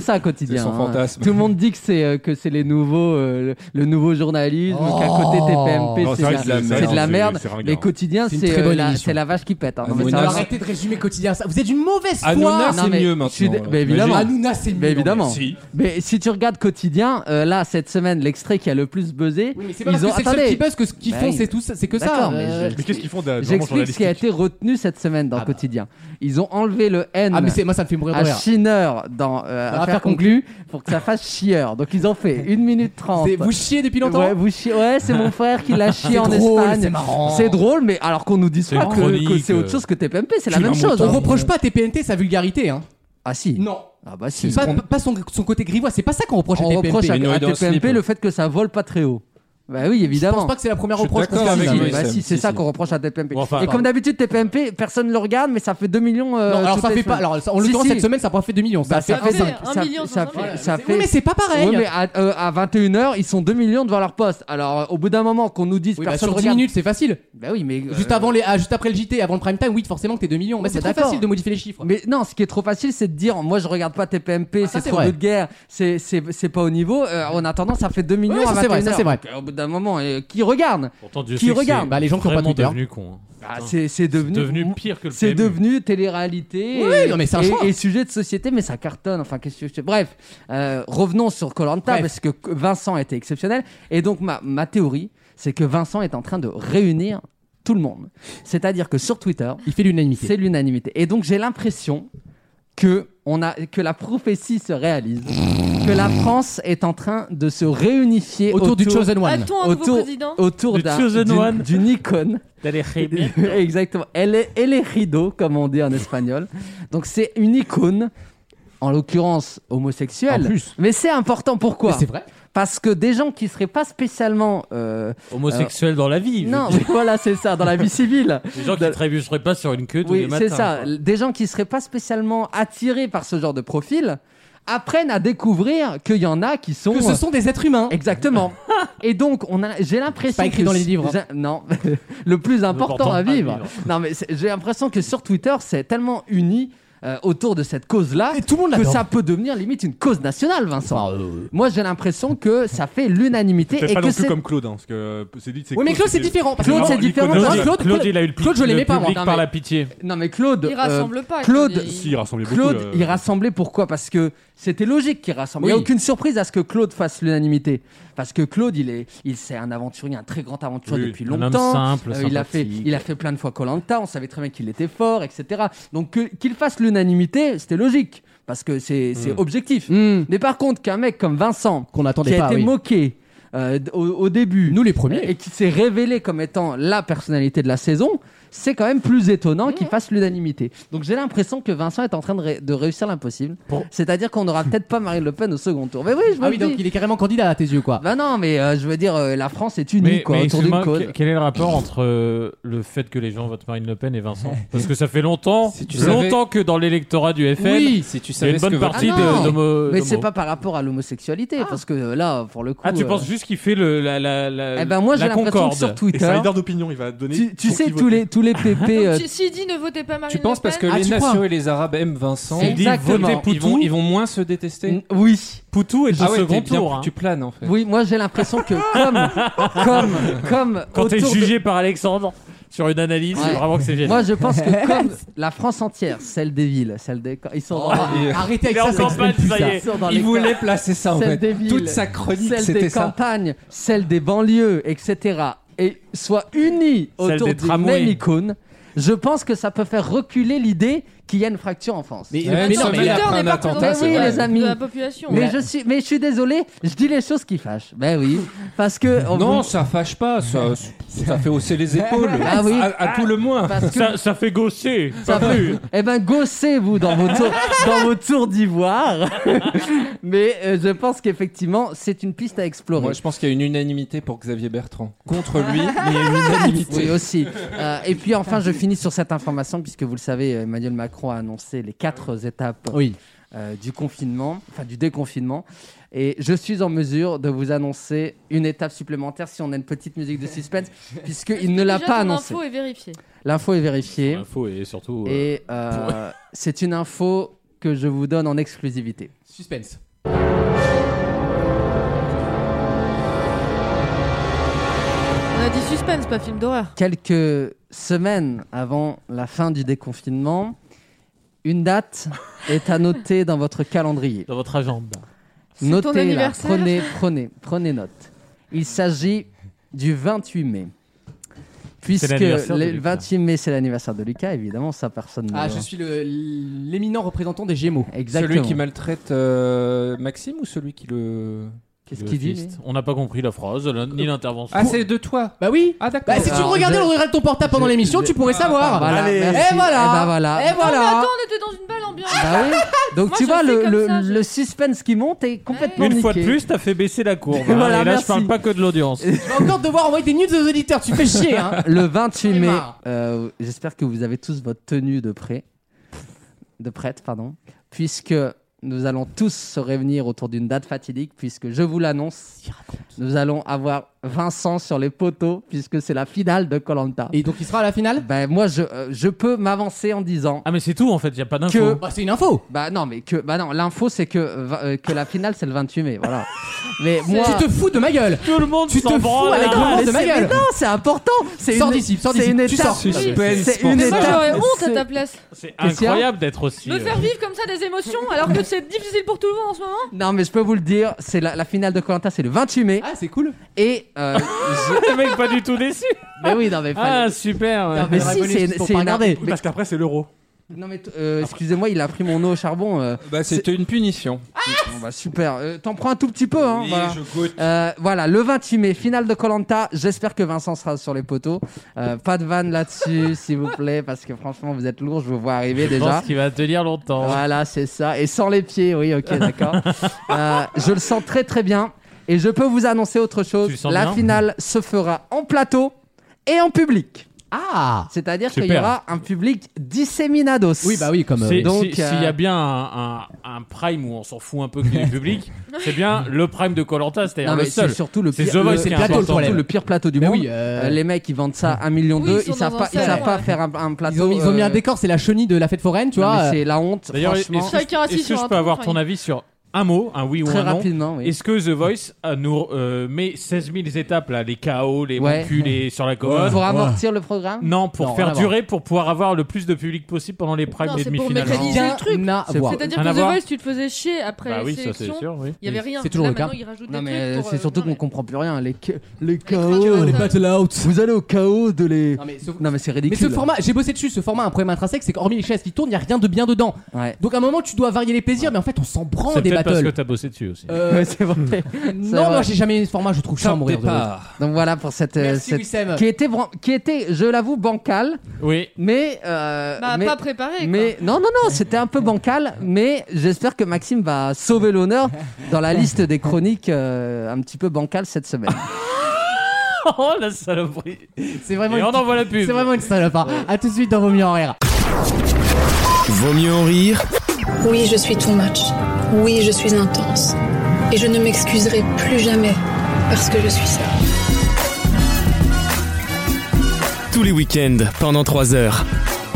quotidien. C'est son hein. fantasme. Tout le monde dit que c'est euh, que c'est les nouveaux, euh, le, le nouveau journalisme, Oh. qu'à côté T P M P Non, c'est, c'est vrai la- que c'est- c'est c'est- de la c'est- merde. c'est ringard. Mais quotidien C'est une c'est, très euh, bonne la, émission. c'est la vache qui pète. Hein. Non, mais Hanouna, ça va. c'est- Arrêtez de résumer quotidien ça. Vous êtes d'une mauvaise foi. Hanouna, Non, c'est mais mieux je suis maintenant. dé- bah, évidemment. Hanouna, c'est mieux. Mais évidemment. Si. Mais si tu regardes quotidien, euh, là cette semaine l'extrait qui a le plus buzzé, Oui, mais c'est pas ils parce ont que c'est le seul attendez. qui buzz que ce qu'ils Bah font, oui. c'est tout, ça- c'est que ça. D'accord, mais Euh, je- Mais qu'est-ce qu'ils font de vraiment J'explique ce qui a journalistique été retenu cette semaine dans Ah bah. quotidien. Ils ont enlevé le N Ah, mais c'est- moi, ça me fait mourir de à rire. Schinner dans euh, Dans Affaire Affaire conclue pour que ça fasse chieur. Donc ils ont fait une minute trente. C'est- Vous chiez depuis longtemps Ouais, vous chiez- ouais, c'est mon frère qui l'a chié C'est en drôle, Espagne. c'est marrant. C'est drôle, mais alors qu'on nous dise C'est pas une que, que chronique, c'est autre euh, chose que T P M P, c'est la tu même l'as chose. On hein. reproche pas à T P N T sa vulgarité. Hein. Ah si. Non. Ah bah si. Pas, pas son, son côté grivois, c'est pas ça qu'on reproche à On T P M reproche P. à, Une oreille à dans le T P M P slip. le fait que ça vole pas très haut. Bah oui, Je évidemment. pense pas que c'est la première Je suis reproche qu'on d'accord se avec fait. lui. Bah Sam, si, c'est si, ça si. qu'on reproche à T P M P. Bon, enfin, Et pardon. comme d'habitude, T P M P, personne ne le regarde, mais ça fait deux millions. euh, Non, alors toutes ça les fait pas. semaines. Alors, en Si, l'occurrence, si. cette semaine, ça n'a pas fait deux millions. Ça Bah, a fait ça fait cinq. cinq. un Ça million fait- cinq ça cent fait- mille. ça Oui, fait- mais c'est pas pareil. Ouais, mais à, euh, à vingt et une heures, ils sont deux millions devant leur poste. Alors, euh, au bout d'un moment, qu'on nous dise Oui, bah, personne sur dix regarde. minutes, c'est facile. Bah oui, mais. Juste euh, avant les, ah, juste après le J T, avant le prime time, oui, forcément que t'es deux millions. Mais Ouais, c'est bah, trop d'accord. facile de modifier les chiffres. Mais non, ce qui est trop facile, c'est de dire moi je regarde pas T P M P, Ah, ça, c'est c'est trop vrai. de guerre, c'est, c'est, c'est pas au niveau. Euh, en attendant, ça fait deux millions Ouais, à ça, c'est vrai, vingt et une ça, c'est heures. vrai. Donc, euh, au bout d'un moment, euh, qui regarde Pourtant, Dieu Qui sait que regarde c'est Bah, les gens qui ont pas vraiment Twitter. devenu con. hein. Ah, Putain. c'est, c'est devenu. C'est devenu pire que le C'est P M U. devenu télé-réalité Oui, et, non, mais c'est un et- choix. et sujet de société, mais ça cartonne. Enfin, qu'est-ce que je... Bref, euh, revenons sur Koh-Lanta Bref. parce que Vincent était exceptionnel. Et donc, ma, ma théorie, c'est que Vincent est en train de réunir tout le monde. C'est-à-dire que sur Twitter, Il fait l'unanimité. c'est l'unanimité. Et donc, j'ai l'impression que, on a, que la prophétie se réalise, que la France est en train de se réunifier Autour du Chosen One. A-t-on un nouveau autour, président autour Du d'un, Chosen d'une, One. d'une icône. T'as les rébits. Exactement. Elle est, elle est rideau, comme on dit en espagnol. Donc c'est une icône, en l'occurrence homosexuelle. En plus. Mais c'est important. Pourquoi Mais c'est vrai. Parce que des gens qui seraient pas spécialement. euh, Homosexuel dans la vie. Non, je veux mais voilà, c'est ça, dans la vie civile. dire. Des gens qui trébucheraient pas sur une queue tous Oui, les matins. c'est ça. quoi. Des gens qui seraient pas spécialement attirés par ce genre de profil apprennent à découvrir qu'il y en a qui sont. Que ce sont des êtres humains. Exactement. Et donc, on a, j'ai l'impression C'est pas écrit que dans les si- livres. j'ai- Non, le plus important Important à à vivre. vivre. Non, mais c'est- j'ai l'impression que sur Twitter, c'est tellement uni euh, autour de cette cause-là Et tout le monde que l'adore. ça peut devenir limite une cause nationale, Vincent. Ah, euh, Moi, j'ai l'impression que ça fait l'unanimité Peut-être et pas que non plus c'est. comme Claude, hein, parce que euh, c'est dit. Oui, mais Claude, c'est différent. parce que Claude, vraiment, c'est différent. Claude, Claude, Claude, Claude, il a eu le, pi- Claude, je le l'aimais pas, moi. public Non, par mais- la pitié. Non, mais Claude. Il euh, rassemble pas. Claude, il- Si, il rassemblait beaucoup. Claude, euh, il rassemblait pourquoi Parce que c'était logique qu'il rassemble. Il n'y a Oui. aucune surprise à ce que Claude fasse l'unanimité. Parce que Claude, il est, il c'est un aventurier, un très grand aventurier Oui, depuis Un homme longtemps. simple, Euh, il a fait, sympathique. il a fait plein de fois Koh-Lanta. On savait très bien qu'il était fort, et cetera. Donc que- qu'il fasse l'unanimité, c'était logique parce que c'est, c'est Mm. objectif. Hmm, Mais par contre, qu'un mec comme Vincent, Qu'on qui n'attendait a pas. été oui. moqué euh, d- au, au début, Nous les premiers. et qui s'est révélé comme étant la personnalité de la saison, c'est quand même plus étonnant qu'il fasse l'unanimité. Donc j'ai l'impression que Vincent est en train de, ré- de réussir l'impossible. Pour- C'est-à-dire qu'on n'aura peut-être pas Marine Le Pen au second tour. Mais oui, je me Ah le oui, donc dis. il est carrément candidat à tes yeux, quoi. Bah non, mais euh, je veux dire, euh, la France est unie Mais, quoi, mais autour d'une excuse-moi, cause. que- quel est le rapport entre euh, le fait que les gens votent Marine Le Pen et Vincent Parce que ça fait longtemps, Si tu longtemps que dans l'électorat du F N, Oui. Si tu il y a savais une ce que bonne vote- partie Ah non. de- d'homo. Mais d'homo. c'est pas par rapport à l'homosexualité, parce que euh, là, pour le coup. Ah, tu euh, penses juste qu'il fait le, la, la, la, Eh ben moi, j'ai la l'impression que concorde. sur Et c'est Twitter, un leader d'opinion, il va donner. tu, tu pour sais qui tous voter. les tous les P P. euh, Donc, S'il dit ne votez pas Marine Tu penses Le parce que Pen, Ah, les tu nations crois et les arabes aiment Vincent C'est Il dit exactement. votez ils vont, Poutou. ils vont moins se détester n- oui. Poutou est au Ah ouais, second t'es bien- tour. hein. tu planes en fait. Oui, moi j'ai l'impression que comme comme comme Quand t'es autour de- jugé par Alexandre sur une analyse, Ouais. c'est vraiment que c'est génial. Moi, je pense que comme la France entière, celle des villes, celle des... Ils sont dans les- Arrêtez avec Il est ça, en ça campagne, explique plus ça y ça. est. ils sont dans Il les voulait placer ça en celle fait. des villes, Toute sa chronique, celle c'était des ça. campagnes, celle des banlieues, et cetera. Et soient unis Celle autour des d'une tramways. même icône. Je pense que ça peut faire reculer l'idée qu'il y a une fracture en France. Mais, Ouais, mais une non, Twitter semaine mais après n'est un pas attentat, représentatif c'est de vrai. la- Les amis. de la population. Mais je suis, mais je suis désolé, je dis les choses qui fâchent. Ben oui, parce que on Non, vous- ça fâche pas, ça, ça fait hausser les épaules. Ah oui. à, à tout le moins. parce que Ça, ça fait gosser. Ça pas fait- plus. Eh ben, gossez-vous dans vos tours, dans vos tours d'ivoire. Mais euh, je pense qu'effectivement, c'est une piste à explorer. Moi, je pense qu'il y a une unanimité pour Xavier Bertrand. Contre lui, mais il y a une unanimité. Oui, aussi. Euh, et puis enfin, je finis sur cette information, puisque vous le savez, Emmanuel Macron a annoncé les quatre étapes Oui. euh, du confinement, enfin du déconfinement. Et je suis en mesure de vous annoncer une étape supplémentaire si on a une petite musique de suspense, puisqu'il ne l'a Déjà, pas ton annoncé. info est vérifiée. L'info est vérifiée. Info et surtout. euh, Et euh, c'est une info que je vous donne en exclusivité. Suspense. dit suspense, pas film d'horreur. Quelques semaines avant la fin du déconfinement, une date est à noter dans votre calendrier. Dans votre agenda. C'est ton Notez-la, anniversaire. prenez, prenez, prenez note. Il s'agit du vingt-huit mai. Puisque l'anniversaire de le Lucas. vingt-huit mai, c'est l'anniversaire de Lucas, évidemment, ça personne ne Ah, le- je suis le- l'éminent représentant des Gémeaux. Exactement. Celui qui maltraite euh, Maxime ou celui qui le. Qu'est-ce Le qu'il dit fist. lui On n'a pas compris la phrase, la- ni l'intervention. Ah, c'est de toi. Bah oui. Ah, d'accord. Bah si tu Alors, regardais je- le de ton portable pendant je- l'émission, je- tu pourrais savoir. Voilà, Allez. merci. Et voilà. Eh ben voilà. Et Non, mais voilà. attends, on était dans une belle ambiance. Bah oui. Donc Moi, tu je vois, fais le, comme le, ça, je- le suspense qui monte est complètement Une fois de niqué. plus, t'as fait baisser la courbe. hein. Voilà, Et là, merci. je parle pas que de l'audience. Je vais encore devoir envoyer des news aux auditeurs. Tu fais chier, hein. Le vingt-huit J'en ai mai, marre. euh, j'espère que vous avez tous votre tenue de prêt, de prête, pardon, puisque nous allons tous se réunir autour d'une date fatidique, puisque je vous l'annonce, nous allons avoir Vincent sur les poteaux, puisque c'est la finale de Koh-Lanta. Et donc il sera à la finale. Ben moi, je, euh, je peux m'avancer en disant Ah, mais c'est tout en fait, y a pas d'info. que Bah c'est une info. bah non, mais que bah non, l'info c'est que euh, que la finale c'est le vingt-huit mai, voilà. Mais moi, Tu te fous de ma gueule. Tout le monde Tu te s'en fous branle. avec hein. le monde mais de ma c'est- gueule. mais non, c'est important. C'est Sors une- d'ici, sors c'est d'ici. une Tu étape. sors. C'est Suspense. une Mais moi, étape. j'aurais honte à C'est- ta place. C'est Qu'est-ce qu'il y a incroyable d'être aussi. Me euh, faire vivre comme ça des émotions alors que c'est difficile pour tout le monde en ce moment. Non, mais je peux vous le dire, c'est la, la finale de Koh-Lanta, c'est le vingt-huit mai. Ah c'est cool. Et euh, je- Le mec pas du tout déçu. mais oui, non mais Ah, fallait- super. ouais. Non, mais j'aurais si, voulu c'est juste pour c'est pas une- regarder. mais- Parce qu'après, c'est l'euro. Non mais t- euh, excusez-moi, il a pris mon eau au charbon. euh, Bah, c'était une punition. bon, bah, super. Euh, T'en prends un tout petit peu, hein. Oui, voilà. je goûte. Euh, voilà, le vingt-huit mai, finale de Koh-Lanta. J'espère que Vincent sera sur les poteaux. Euh, pas de vanne là-dessus, s'il vous plaît, parce que franchement, vous êtes lourd. Je vous vois arriver Je déjà. pense qu'il va tenir longtemps. Voilà, c'est ça. Et sans les pieds, oui, ok, d'accord. Euh, je le sens très très bien. Et je peux vous annoncer autre chose. Tu le sens La bien finale se fera en plateau et en public. Ah. C'est-à-dire qu'il y Super. aura un public disséminados. Oui bah oui comme. euh, C'est- donc, si- S'il euh, y a bien un, un- un prime où on s'en fout un peu qu'il y ait du public, c'est bien le prime de Koh-Lanta, c'est-à-dire Non, mais le c'est seul. surtout le C'est pire, The Voice le, qui est plateau, important. surtout problème. le pire plateau du Mais monde. oui. euh, Euh, les mecs, ils vendent ça un million Oui, deux. ils sont Ils savent dans pas, un ils savent salon, pas ouais. faire un, un plateau. Ils ont, ils ont mis euh, un décor, c'est la chenille de la fête foraine, tu non, vois. mais euh, c'est la honte. D'ailleurs, franchement. est-ce que, Chacun assis est-ce que sur je un peux avoir tronc, ton avis sur un mot, un oui ou Très un non rapidement, oui. Est-ce que The Voice euh, nous euh, met seize mille étapes, là, les K O, les Ouais. mon cul, les sur la commode Pour amortir le programme. Non, pour Non, rien faire à voir. durer, pour pouvoir avoir le plus de public possible pendant les primes Non, et c'est pour demi-finales. mécaniser Rien le truc. à C'est- voir. C'est-à-dire Rien que à The voir. Voice, tu te faisais chier après Bah les oui, ça c'est sélections. sûr, oui. Il y avait rien. C'est toujours Là, le cas. maintenant, ils rajoutent Non des mais trucs pour, c'est euh, surtout non, qu'on mais- comprend plus rien. Les K- les K Les O. crunchers, les ça. battle out. Vous allez au K O de les. Non mais ce, Non mais c'est mais ridicule. ce format, j'ai bossé dessus. Ce format a un problème intrinsèque, c'est qu'hormis les chaises qui tournent, il y a rien de bien dedans. Ouais. Donc à un moment, tu dois varier les plaisirs, mais en fait, on s'en branle C'est des peut-être parce que battles. t'as bossé dessus aussi. Euh, Ouais, c'est vrai. non, vrai. moi j'ai jamais aimé ce format, je trouve chiant à mourir. Donc voilà pour cette, euh, Merci cette- Wissem. qui était vra- qui était, je l'avoue, bancal, Oui. mais euh, Bah, mais, pas préparé. quoi. mais non non non, c'était un peu bancal, mais j'espère que Maxime va sauver l'honneur dans la liste des chroniques euh, un petit peu bancales cette semaine. Oh la saloperie. C'est vraiment, Et une on petite- envoie la pub. c'est vraiment une salope. hein. À tout de suite dans Vaut mieux en rire. Vaut mieux en rire. Oui, je suis too much. Oui, je suis intense. Et je ne m'excuserai plus jamais parce que je suis ça. Tous les week-ends pendant trois heures.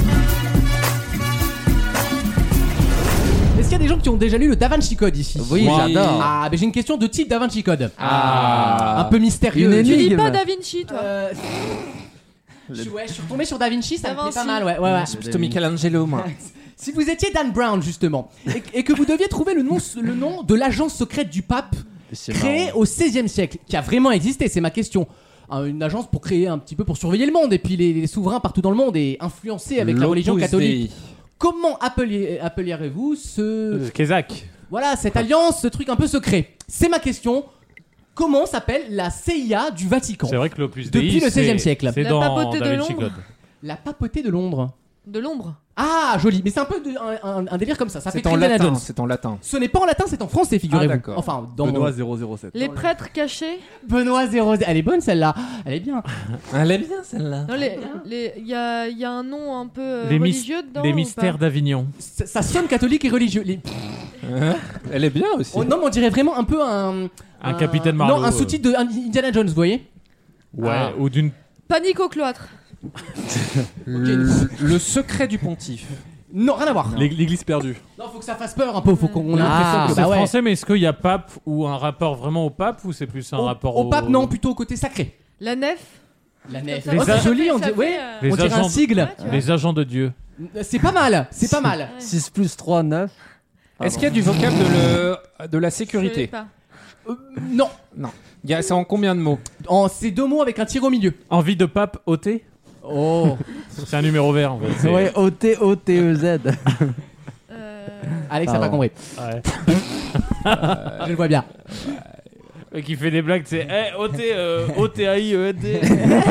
Est-ce qu'il y a des gens qui ont déjà lu le Da Vinci Code ici? Oui, Oui. j'adore. Ah, mais j'ai une question de type Da Vinci Code. Ah. Un peu mystérieux. Une Tu lis énigme. pas Da Vinci, toi. Euh, Je, ouais, je suis retombé sur Da Vinci, ça Da me fait pas Vinci. mal, ouais, ouais, ouais. C'est plutôt Michelangelo, moi. Si vous étiez Dan Brown, justement, et, et que vous deviez trouver le nom, le nom de l'agence secrète du pape créée au seizième siècle, qui a vraiment existé, c'est ma question. Un- Une agence pour créer un petit peu, pour surveiller le monde, et puis les, les souverains partout dans le monde, et influencer avec la religion L'Opus catholique. Dei. Comment appeliez- appellerez-vous ce... Kezak. Voilà, cette alliance, ce truc un peu secret. C'est ma question. Comment s'appelle la C I A du Vatican? C'est vrai que l'Opus Depuis Dei, le seizième c'est- siècle. C'est La dans papauté de Da Vinci Londres. Code. La papauté de Londres. De l'ombre. Ah, joli. Mais c'est un peu de- un, un- un délire comme ça. Ça fait C'est en très Indiana latin. Jones. C'est en latin. Ce n'est pas en latin, c'est en français, figurez-vous. Ah, d'accord. Enfin, dans Benoît zéro zéro sept. Les prêtres cachés. Benoît zéro. Elle est bonne celle-là. Elle est bien. Elle est bien celle-là. Non, les, les, il y a, il y a un nom un peu euh, Les, mys- religieux dedans. les ou mystères pas d'Avignon. Ça, ça sonne catholique et religieux. Les- Hein Elle est bien aussi. Oh, non, mais on dirait vraiment un peu un. Un Capitaine Marlowe. Non, un sous-titre de Indiana Jones, vous voyez? Ouais, Ah. ou d'une. Panique au cloître. Le, le secret du pontife. Non, rien à voir. L'ég- L'église perdue. Non, faut que ça fasse peur un peu. Faut qu'on ait Ah, l'impression que C'est bah ouais. français, mais est-ce qu'il y a pape ou un rapport vraiment au pape ou c'est plus un Au, rapport au au pape, non, plutôt au côté sacré. La nef. La nef. Les Oh, c'est a- joli, on ça dirait, fait, ouais, euh, Les on dirait un agents- sigle. Ouais, tu vois. Les agents de Dieu. C'est pas mal, c'est pas mal. six plus trois, neuf. Est-ce qu'il y a du vocable de, le, de la Je l'ai sécurité? pas. Euh, non, Il y a- C'est en combien de mots? en, c'est deux mots avec un tir au milieu. Envie de pape ôté. Oh. C'est un numéro vert en fait. C'est- Ouais, O T O T E Z. Euh, Alex a pas Pardon. compris. Ouais. Je le vois bien. Et qui fait des blagues, c'est eh, O T, euh, O T A I E N D.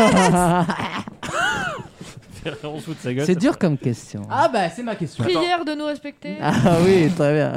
On se fout de sa gueule. C'est dur comme question. Ah bah c'est ma question. Prière de nous respecter. Ah oui, très bien.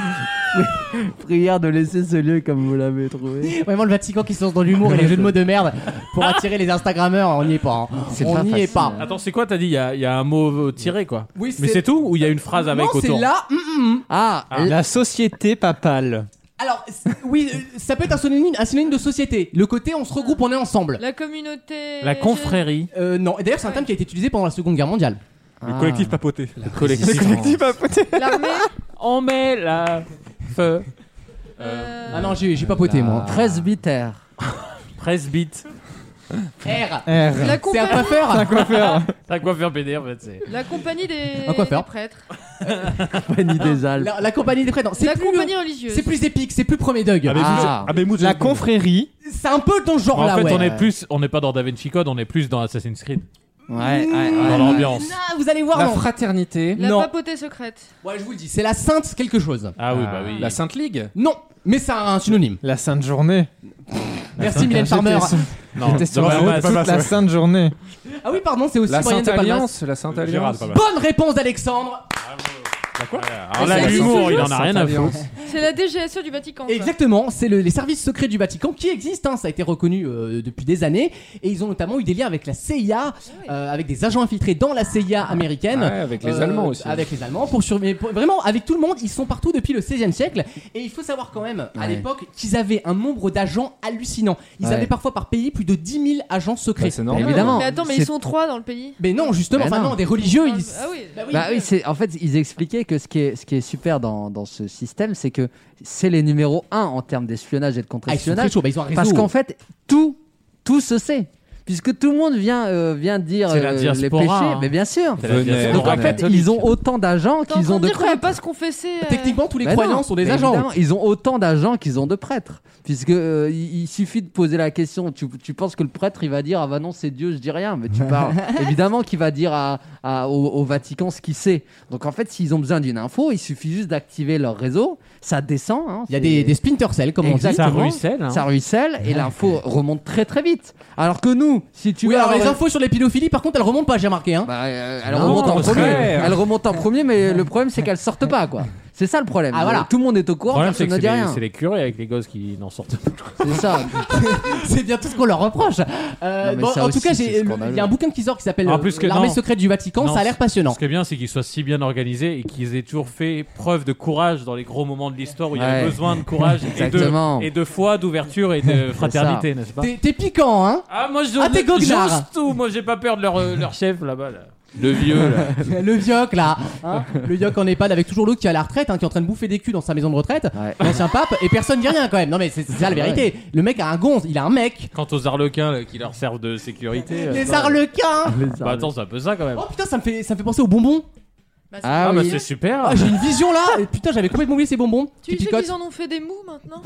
Prière de laisser ce lieu comme vous l'avez trouvé. Vraiment le Vatican qui se lance dans l'humour et les jeux de mots de merde pour attirer les Instagrammeurs, on n'y est pas. hein. C'est On pas n'y est facile, pas. hein. Attends, c'est quoi t'as dit? Il y, a- il y a un mot tiré quoi. Oui, Mais c'est tout ou il y a une phrase avec Non, autour? c'est là. hum, hum, hum. Ah, Ah. l- La société papale. Alors c'est- oui, euh, ça peut être un synonyme, un synonyme de société. Le côté on se regroupe, on est ensemble. La communauté. La confrérie. Euh, non, et d'ailleurs c'est un terme qui a été utilisé pendant la Seconde Guerre mondiale. Le Ah. collectif papoté. Le collectif. L'armée. On met la feu. euh, Ah non, j'ai j'ai pas poté moi. presbytère. Presbyte. R. R. La C'est un compagnie. coiffeur. Quoi faire? T'as quoi faire P D en fait c'est. La compagnie des, Un coiffeur. des prêtres. Compagnie des Alpes. La, la compagnie des prêtres. non, C'est La plus compagnie le- religieuse. C'est plus épique, c'est plus premier Doug. Ah, mais Ah. vous- ah, mais vous- La confrérie. C'est un peu dans ce genre en là, fait, ouais. on est plus, on n'est pas dans Da Vinci Code, on est plus dans Assassin's Creed. Ouais, ouais, Dans ouais. l'ambiance. Ah, vous allez voir. La non. fraternité. La Non. papauté secrète. Ouais, je vous le dis, c'est la sainte quelque chose. Ah oui, bah oui. La Sainte Ligue. Non, mais c'est un synonyme. La sainte journée. Merci Mylène Farmer. J'étais sur- Non, J'étais sur dans la la route masse. toute Pas la masse, ouais. sainte journée. Ah oui, pardon, c'est aussi La Brian Sainte de Palmas. Alliance. La Sainte Gérald, Alliance. pas mal. Bonne réponse d'Alexandre. Alors là, Et ça l'humour, existe il en a rien à Alliance. foutre. C'est la D G S E du Vatican. ça. Exactement, c'est le- les services secrets du Vatican qui existent, hein, ça a été reconnu euh, depuis des années, et ils ont notamment eu des liens avec la C I A, euh, avec des agents infiltrés dans la C I A américaine. Ouais, avec les Euh, Allemands aussi. Avec les Allemands, pour sur... mais pour- vraiment avec tout le monde, ils sont partout depuis le seizième siècle, et il faut savoir quand même, à Ouais. l'époque, qu'ils avaient un nombre d'agents hallucinant. Ils Ouais. avaient parfois par pays plus de dix mille agents secrets. Bah, c'est normal. Évidemment. Mais attends, mais C'est- ils sont trois dans le pays. Mais non, justement, Mais enfin non. non, des religieux, ils... Ah oui. Bah oui. Bah oui, c'est en fait ils expliquaient que ce qui est ce qui est super dans, dans ce système, c'est que c'est les numéros un en termes d'espionnage et de Ah, ils sont très contre-espionnage, chauds, bah, ils ont un réseau. parce qu'en fait tout tout se sait. Puisque tout le monde vient, euh, vient dire C'est la euh, les diaspora, péchés, hein. mais bien sûr. C'est la Venez. diaspora Donc en fait, catholique. ils ont autant d'agents T'es en qu'ils train ont de de dire qu'on va prêtres. pas se confesser. euh, Techniquement, tous les Ben croyants non, sont des mais agents. évidemment, ils ont autant d'agents qu'ils ont de prêtres. Puisque euh, il, il suffit de poser la question. Tu, tu penses que le prêtre il va dire ah bah non c'est Dieu, je dis rien. Mais tu parles évidemment qu'il va dire à, à- au, au Vatican ce qu'il sait. Donc en fait, s'ils ont besoin d'une info, il suffit juste d'activer leur réseau. Ça descend. hein, Il y a c'est- des, des splinter cells, comme on dit. Ça Exactement. ruisselle. Hein. Ça ruisselle et l'info remonte très très vite. Alors que nous, si tu Oui, veux alors avoir les une- infos sur les pédophiles, par contre, elles remontent pas, j'ai remarqué. Hein. Bah, euh, elle Non, remonte en au premier. contraire. Elle remonte en premier, mais le problème c'est qu'elle sortent pas quoi. C'est ça le problème. Ah, voilà. Euh, Tout le monde est au Le courant, problème, c'est personne que ne c'est dit les, rien. c'est les curés avec les gosses qui n'en sortent pas. C'est ça. C'est bien tout ce qu'on leur reproche. Euh, Non, mais bon, ça en tout aussi, cas, c'est j'ai- scandaleux. il y a un bouquin qui sort qui s'appelle En euh, plus que L'armée non. secrète du Vatican. Non, Ça a l'air passionnant. Ce qui est bien, c'est qu'ils soient si bien organisés et qu'ils aient toujours fait preuve de courage dans les gros moments de l'histoire où il y avait Ouais. besoin de courage et Exactement. de, et de foi, d'ouverture et de fraternité, n'est-ce pas? T'es t'es piquant, hein. Ah, moi, je Ah, t'es goguenard. j'ose tout. Moi, j'ai pas peur de leur, euh, leur chef là-bas. Là. Le vieux, là. Le vioc là, hein. Le vioc en EHPAD avec toujours l'autre qui est à la retraite, hein, qui est en train de bouffer des culs dans sa maison de retraite, Ouais. l'ancien pape, et personne dit rien quand même. Non mais c'est c'est ça la vérité. Le mec a un gonze, il a un mec. Quant aux arlequins là, qui leur servent de sécurité. euh, Les ça- arlequins. Bah, attends, c'est un peu ça quand même. Oh putain, ça me fait ça me fait penser aux bonbons. Bah, c'est- Ah, Ah, bah, oui. c'est super. Ah, j'ai une vision là. Et putain, j'avais complètement oublié ces bonbons. Tu qui sais picotent. qu'ils en ont fait des mous maintenant.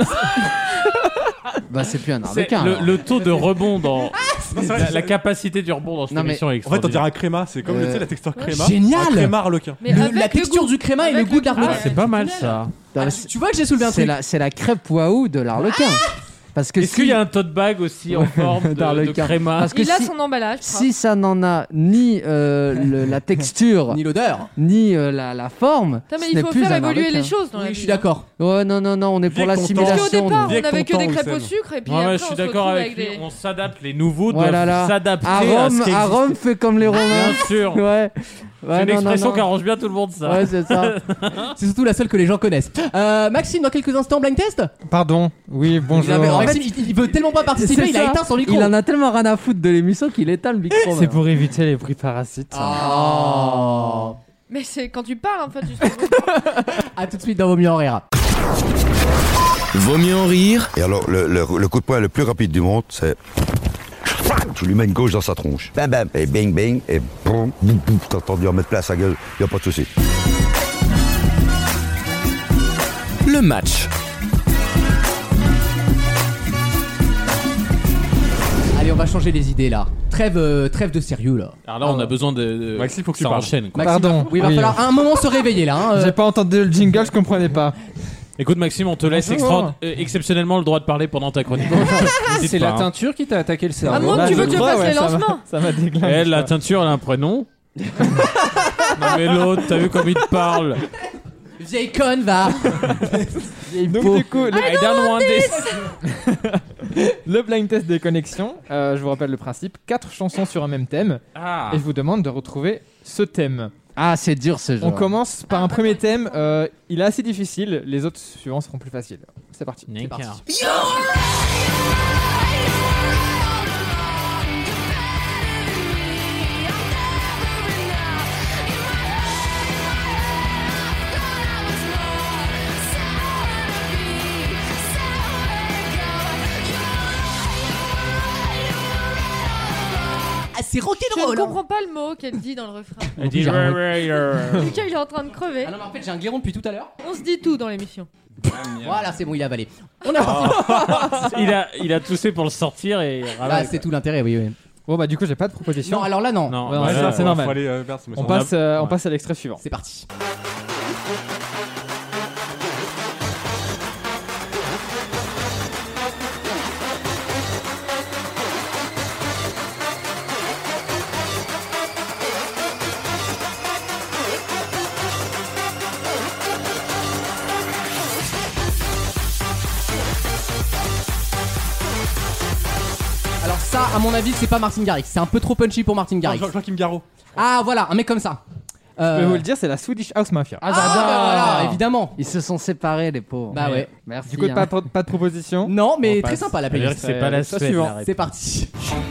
Bah c'est plus un C'est arlequin. le, alors. le taux de rebond dans la, la capacité du rebond dans cette Non, mais- émission est En fait, on dirait extraordinaire. un créma. C'est comme Euh, tu sais, la texture créma. Génial. Un créma harlequin. Mais Le- avec la le texture goût. du créma et le Avec goût de le goût. l'arlequin. Ah, c'est pas mal tunnel. ça. Non, Ah, mais tu vois que j'ai soulevé un C'est truc. la, c'est la crêpe waouh de l'arlequin. Parce que Est-ce si, qu'il y a un tote bag aussi en forme de, de D'arlequin. créma? Parce que Il a si, son emballage. si ça n'en a ni euh, le- la texture Ni l'odeur. ni euh, la, la forme, Putain, mais ce il n'est faut plus faire un évoluer arlequin. les choses dans la Oui, vie. je suis d'accord. Ouais, non, non, non, on est pour Viens content. l'assimilation. Parce qu'au départ, Viens on avait que des content, crêpes au Oussem. sucre et puis Ouais, ouais, après, je on suis se d'accord retrouve avec avec lui. des... On s'adapte. Les nouveaux doivent Voilà, là. s'adapter À à ce Rome, qui à existe. Rome, fait comme les Romains. Bien sûr. Ouais. Ouais, C'est une non, non, expression non. qui arrange bien tout le monde, ça. Ouais, c'est ça. C'est surtout la seule que les gens connaissent. Euh, Maxime, dans quelques instants, blind test. Pardon. Oui, bonjour. avait- en En Maxime, il, il veut tellement pas participer, C'est il a ça. éteint son micro. Il en a tellement rien à foutre de l'émission qu'il éteint le micro. C'est maintenant. pour éviter les bruits parasites. Oh. Mais c'est quand tu parles en fait, justement. A tout de suite dans Vaut mieux en rire. Vaut mieux en rire Et alors, le, le, le coup de poing le plus rapide du monde, c'est tu lui mets une gauche dans sa tronche. Bam bam, et bing bing, et boum, boum, boum, t'entends dire mettre place à gueule, y a pas de souci. Le match. Allez, on va changer les idées là. Trêve, euh, trêve de sérieux là. Alors là, on a besoin de. de... Maxime, faut que tu ça parles. enchaîne. Quoi. Maxime, Pardon. Oui, il va Oui. falloir à un moment se réveiller là. Hein, euh. J'ai pas entendu le jingle, je comprenais pas. Écoute, Maxime, on te laisse Bonjour. extra... euh, exceptionnellement le droit de parler pendant ta chronique. C'est la teinture qui t'a attaqué le cerveau. À moins Bah, que tu veux je que je crois, fasse ouais, les ça m'a- lancements. Ça m'a déglingué. Elle, je la crois. teinture, elle a un prénom. Non mais l'autre, t'as vu comme il te parle. Vieille conne, va. Donc du coup, le, I don't want this. le blind test des connexions, euh, je vous rappelle le principe, quatre chansons sur un même thème, Ah. et je vous demande de retrouver ce thème. Ah, c'est dur ce jeu. On commence par un premier thème, euh, il est assez difficile, les autres suivants seront plus faciles. C'est parti. C'est parti. Ah, c'est Je rock'n'roll. ne hein. comprends pas le mot qu'elle dit dans le refrain. Elle dit J'ai un- ouais, ouais, ouais. Lucas, il est en train de crever. Ah non, mais en fait, j'ai un guéron depuis tout à l'heure. On se dit tout dans l'émission. Voilà, c'est bon, il a avalé. On est parti. il a il a toussé pour le sortir et Là, c'est tout l'intérêt, oui, oui. Bon bah du coup j'ai pas de proposition. Non, alors là, non. Non, Ouais, non, ouais, ça, là, c'est on- normal. Faut aller euh, vers ce monsieur. On passe, euh, on Ouais. passe à l'extrait suivant. C'est parti. Alors ça, à mon avis, c'est pas Martin Garrix. C'est un peu trop punchy pour Martin Garrix. Jo- Joachim Garraud. Ah voilà, un mec comme ça. Euh, Je peux vous le dire, c'est la Swedish House Mafia. Ah, Ah, j'adore. bah voilà, évidemment. Ils se sont séparés, les pauvres. Bah ouais. Merci. Du coup, hein. pas, de- pas de proposition. Non, mais On très passe. sympa la Ça veut dire que playlist. c'est pas la Ça Suède, suivant. la réponse. C'est parti.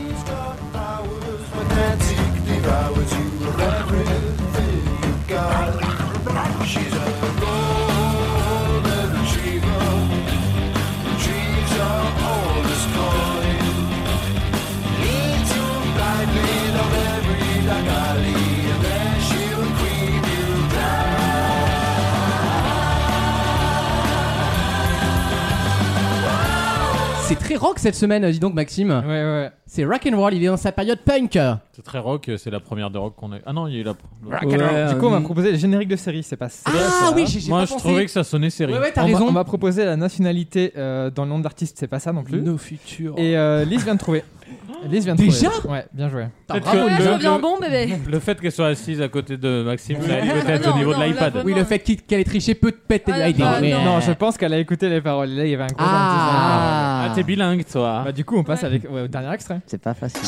C'est très rock cette semaine, dis donc Maxime. Ouais, ouais. C'est rock and roll, il est dans sa période punk. C'est très rock, c'est la première de rock qu'on a. Ah non, il est là. Ouais, du coup, on m'a proposé le générique de série, c'est pas ça. Ah oui, j'ai j'ai Moi, pas je pensé. trouvais que ça sonnait série. Ouais, ouais, t'as On m'a- raison. on m'a proposé la nationalité euh, dans le nom de l'artiste, c'est pas ça non plus. Nos futurs. Et euh, Lise vient de trouver. Lise vient de Déjà trouver. Ouais, bien joué. Putain, Peut-être bravo, que Ouais, Lisa. ça le- devient le- bon, bébé. Le fait qu'elle soit assise à côté de Maxime, ça allait Ah peut-être non, au niveau non, de l'iPad. là, Oui, le fait qu'il- qu'elle ait triché peut peut-être Ah, aider. bah, mais- non. Non, je pense qu'elle a écouté les paroles. Là, il y avait un gros indice. Ah. Ah, t'es bilingue, toi. Bah, du coup, on passe avec, ouais, au dernier extrait. C'est pas facile.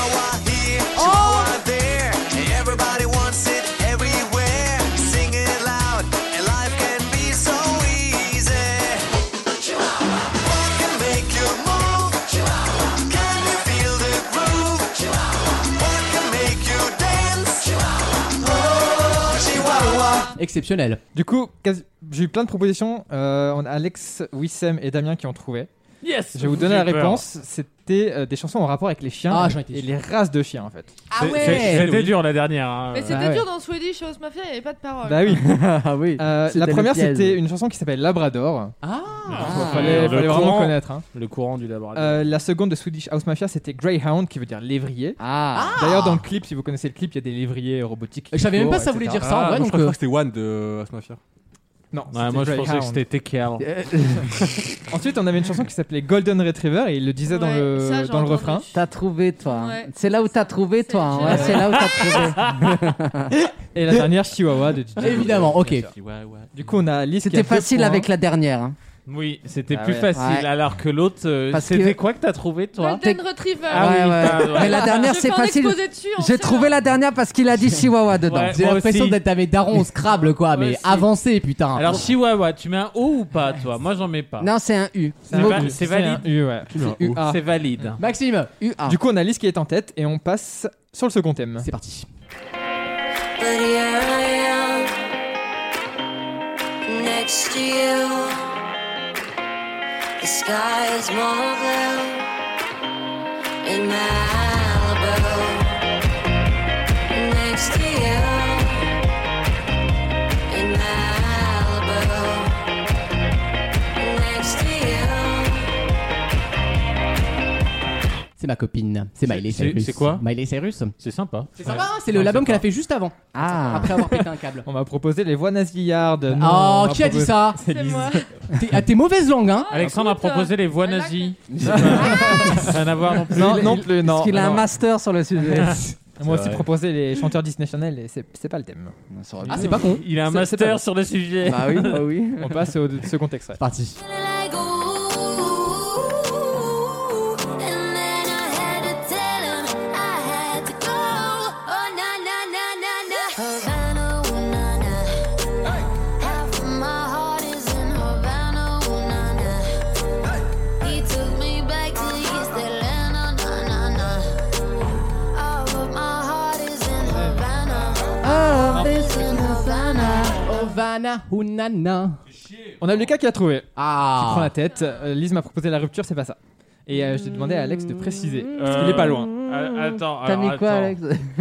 Exceptionnel. Du coup, quasi- j'ai eu plein de propositions. Euh, on a Alex, Wissem et Damien qui ont trouvé. Yes. Je vais vous donner la J'ai peur. réponse. C'était euh, des chansons en rapport avec les chiens Ah, et- j'en étais et sûr. les races de chiens en fait. Ah C'est- c'est- ouais. C'était dur la dernière. hein. Mais c'était Bah ouais. dur dans Swedish House Mafia, il n'y avait pas de parole. Bah oui. Ah oui. Euh, C'était la le première, piège. c'était une chanson qui s'appelle Labrador. Ah. Il fallait, Le fallait vraiment courant. connaître. hein. Le courant du laboratoire. Euh, la seconde de Swedish House Mafia, c'était Greyhound, qui veut dire lévrier. Ah. D'ailleurs, dans le clip, si vous connaissez le clip, il y a des lévriers robotiques. qui Je savais même pas courent, ça voulait et cetera. dire ça en Ah, vrai, moi, donc. je crois euh, que c'était One de House Mafia. Non, Ouais, c'était moi je pensais que Greyhound. c'était T K L. Ensuite, on avait une chanson qui s'appelait Golden Retriever et il le disait dans Ouais, le, ça, j'ai dans le entendu. refrain. T'as trouvé, toi. hein. Ouais. C'est là où t'as trouvé, toi. hein. C'est- Ouais, c'est là où t'as trouvé. Et la dernière, Chihuahua de D J. Évidemment, ok. Ouais, ouais. Du coup, on a Lise qui a C'était deux facile points. avec la dernière. hein. Oui, c'était Ah plus ouais. facile. Ouais. Alors que l'autre, euh, Parce c'était que- quoi que t'as trouvé toi Golden Retriever. Ah ouais, oui, ouais. putain, ouais. Mais la dernière, J'ai c'est fait un facile. exposé dessus, J'ai ancien. trouvé la dernière parce qu'il a dit Chihuahua dedans. Ouais. J'ai Moi l'impression aussi. d'être avec Daron au Scrabble quoi, mais aussi. avancé putain. Alors Chihuahua, tu mets un O ou pas toi Moi j'en mets pas. Non, c'est un U. C'est Mot- va- U. c'est valide. un U, ouais. U A. C'est valide. Maxime, U A. Du coup, on a Lise qui est en tête et on passe sur le second thème. c'est parti. But here I am, next to you. The sky is more blue in my C'est ma copine. C'est Miley C'est- Cyrus. c'est quoi Miley Cyrus. C'est sympa. C'est sympa, hein, c'est le- l'album qu'elle a fait juste avant. Ah. Après avoir pété un câble. On m'a proposé les voix nasillardes. Non, on Oh, m'a qui a dit proposé- ça C'est Lise. T'es ah, t'es mauvaise langue, hein. Alexandre a proposé les voix nazies. Rien à voir non plus. Non, non plus, non. Parce qu'il a un non. master sur le sujet. Moi C'est aussi vrai. proposé les chanteurs Disney Channel et c'est c'est pas le thème. Ah, c'est pas con. Il a un C'est- c'est pas master bon. sur le sujet. Bah oui, bah oui. On passe au second extrait. C'est parti. Like, ooh, and then I had to tell him I had to go. Oh, na na na na na. Havana, ooh, na na. Half of my heart is in Havana, ooh, na na. He took me back to East Atlanta, na na na. All of my heart is in Havana. Oh, It's in Havana. Havana, Hunana. On a Lucas qui a trouvé. Ah. Qui prend la tête. Euh, Lise m'a proposé la rupture, c'est pas ça. Et euh, j'ai demandé à Alex de préciser. Parce qu'il Euh, est pas loin. euh, Attends. T'as alors, mis quoi, attends. Alex?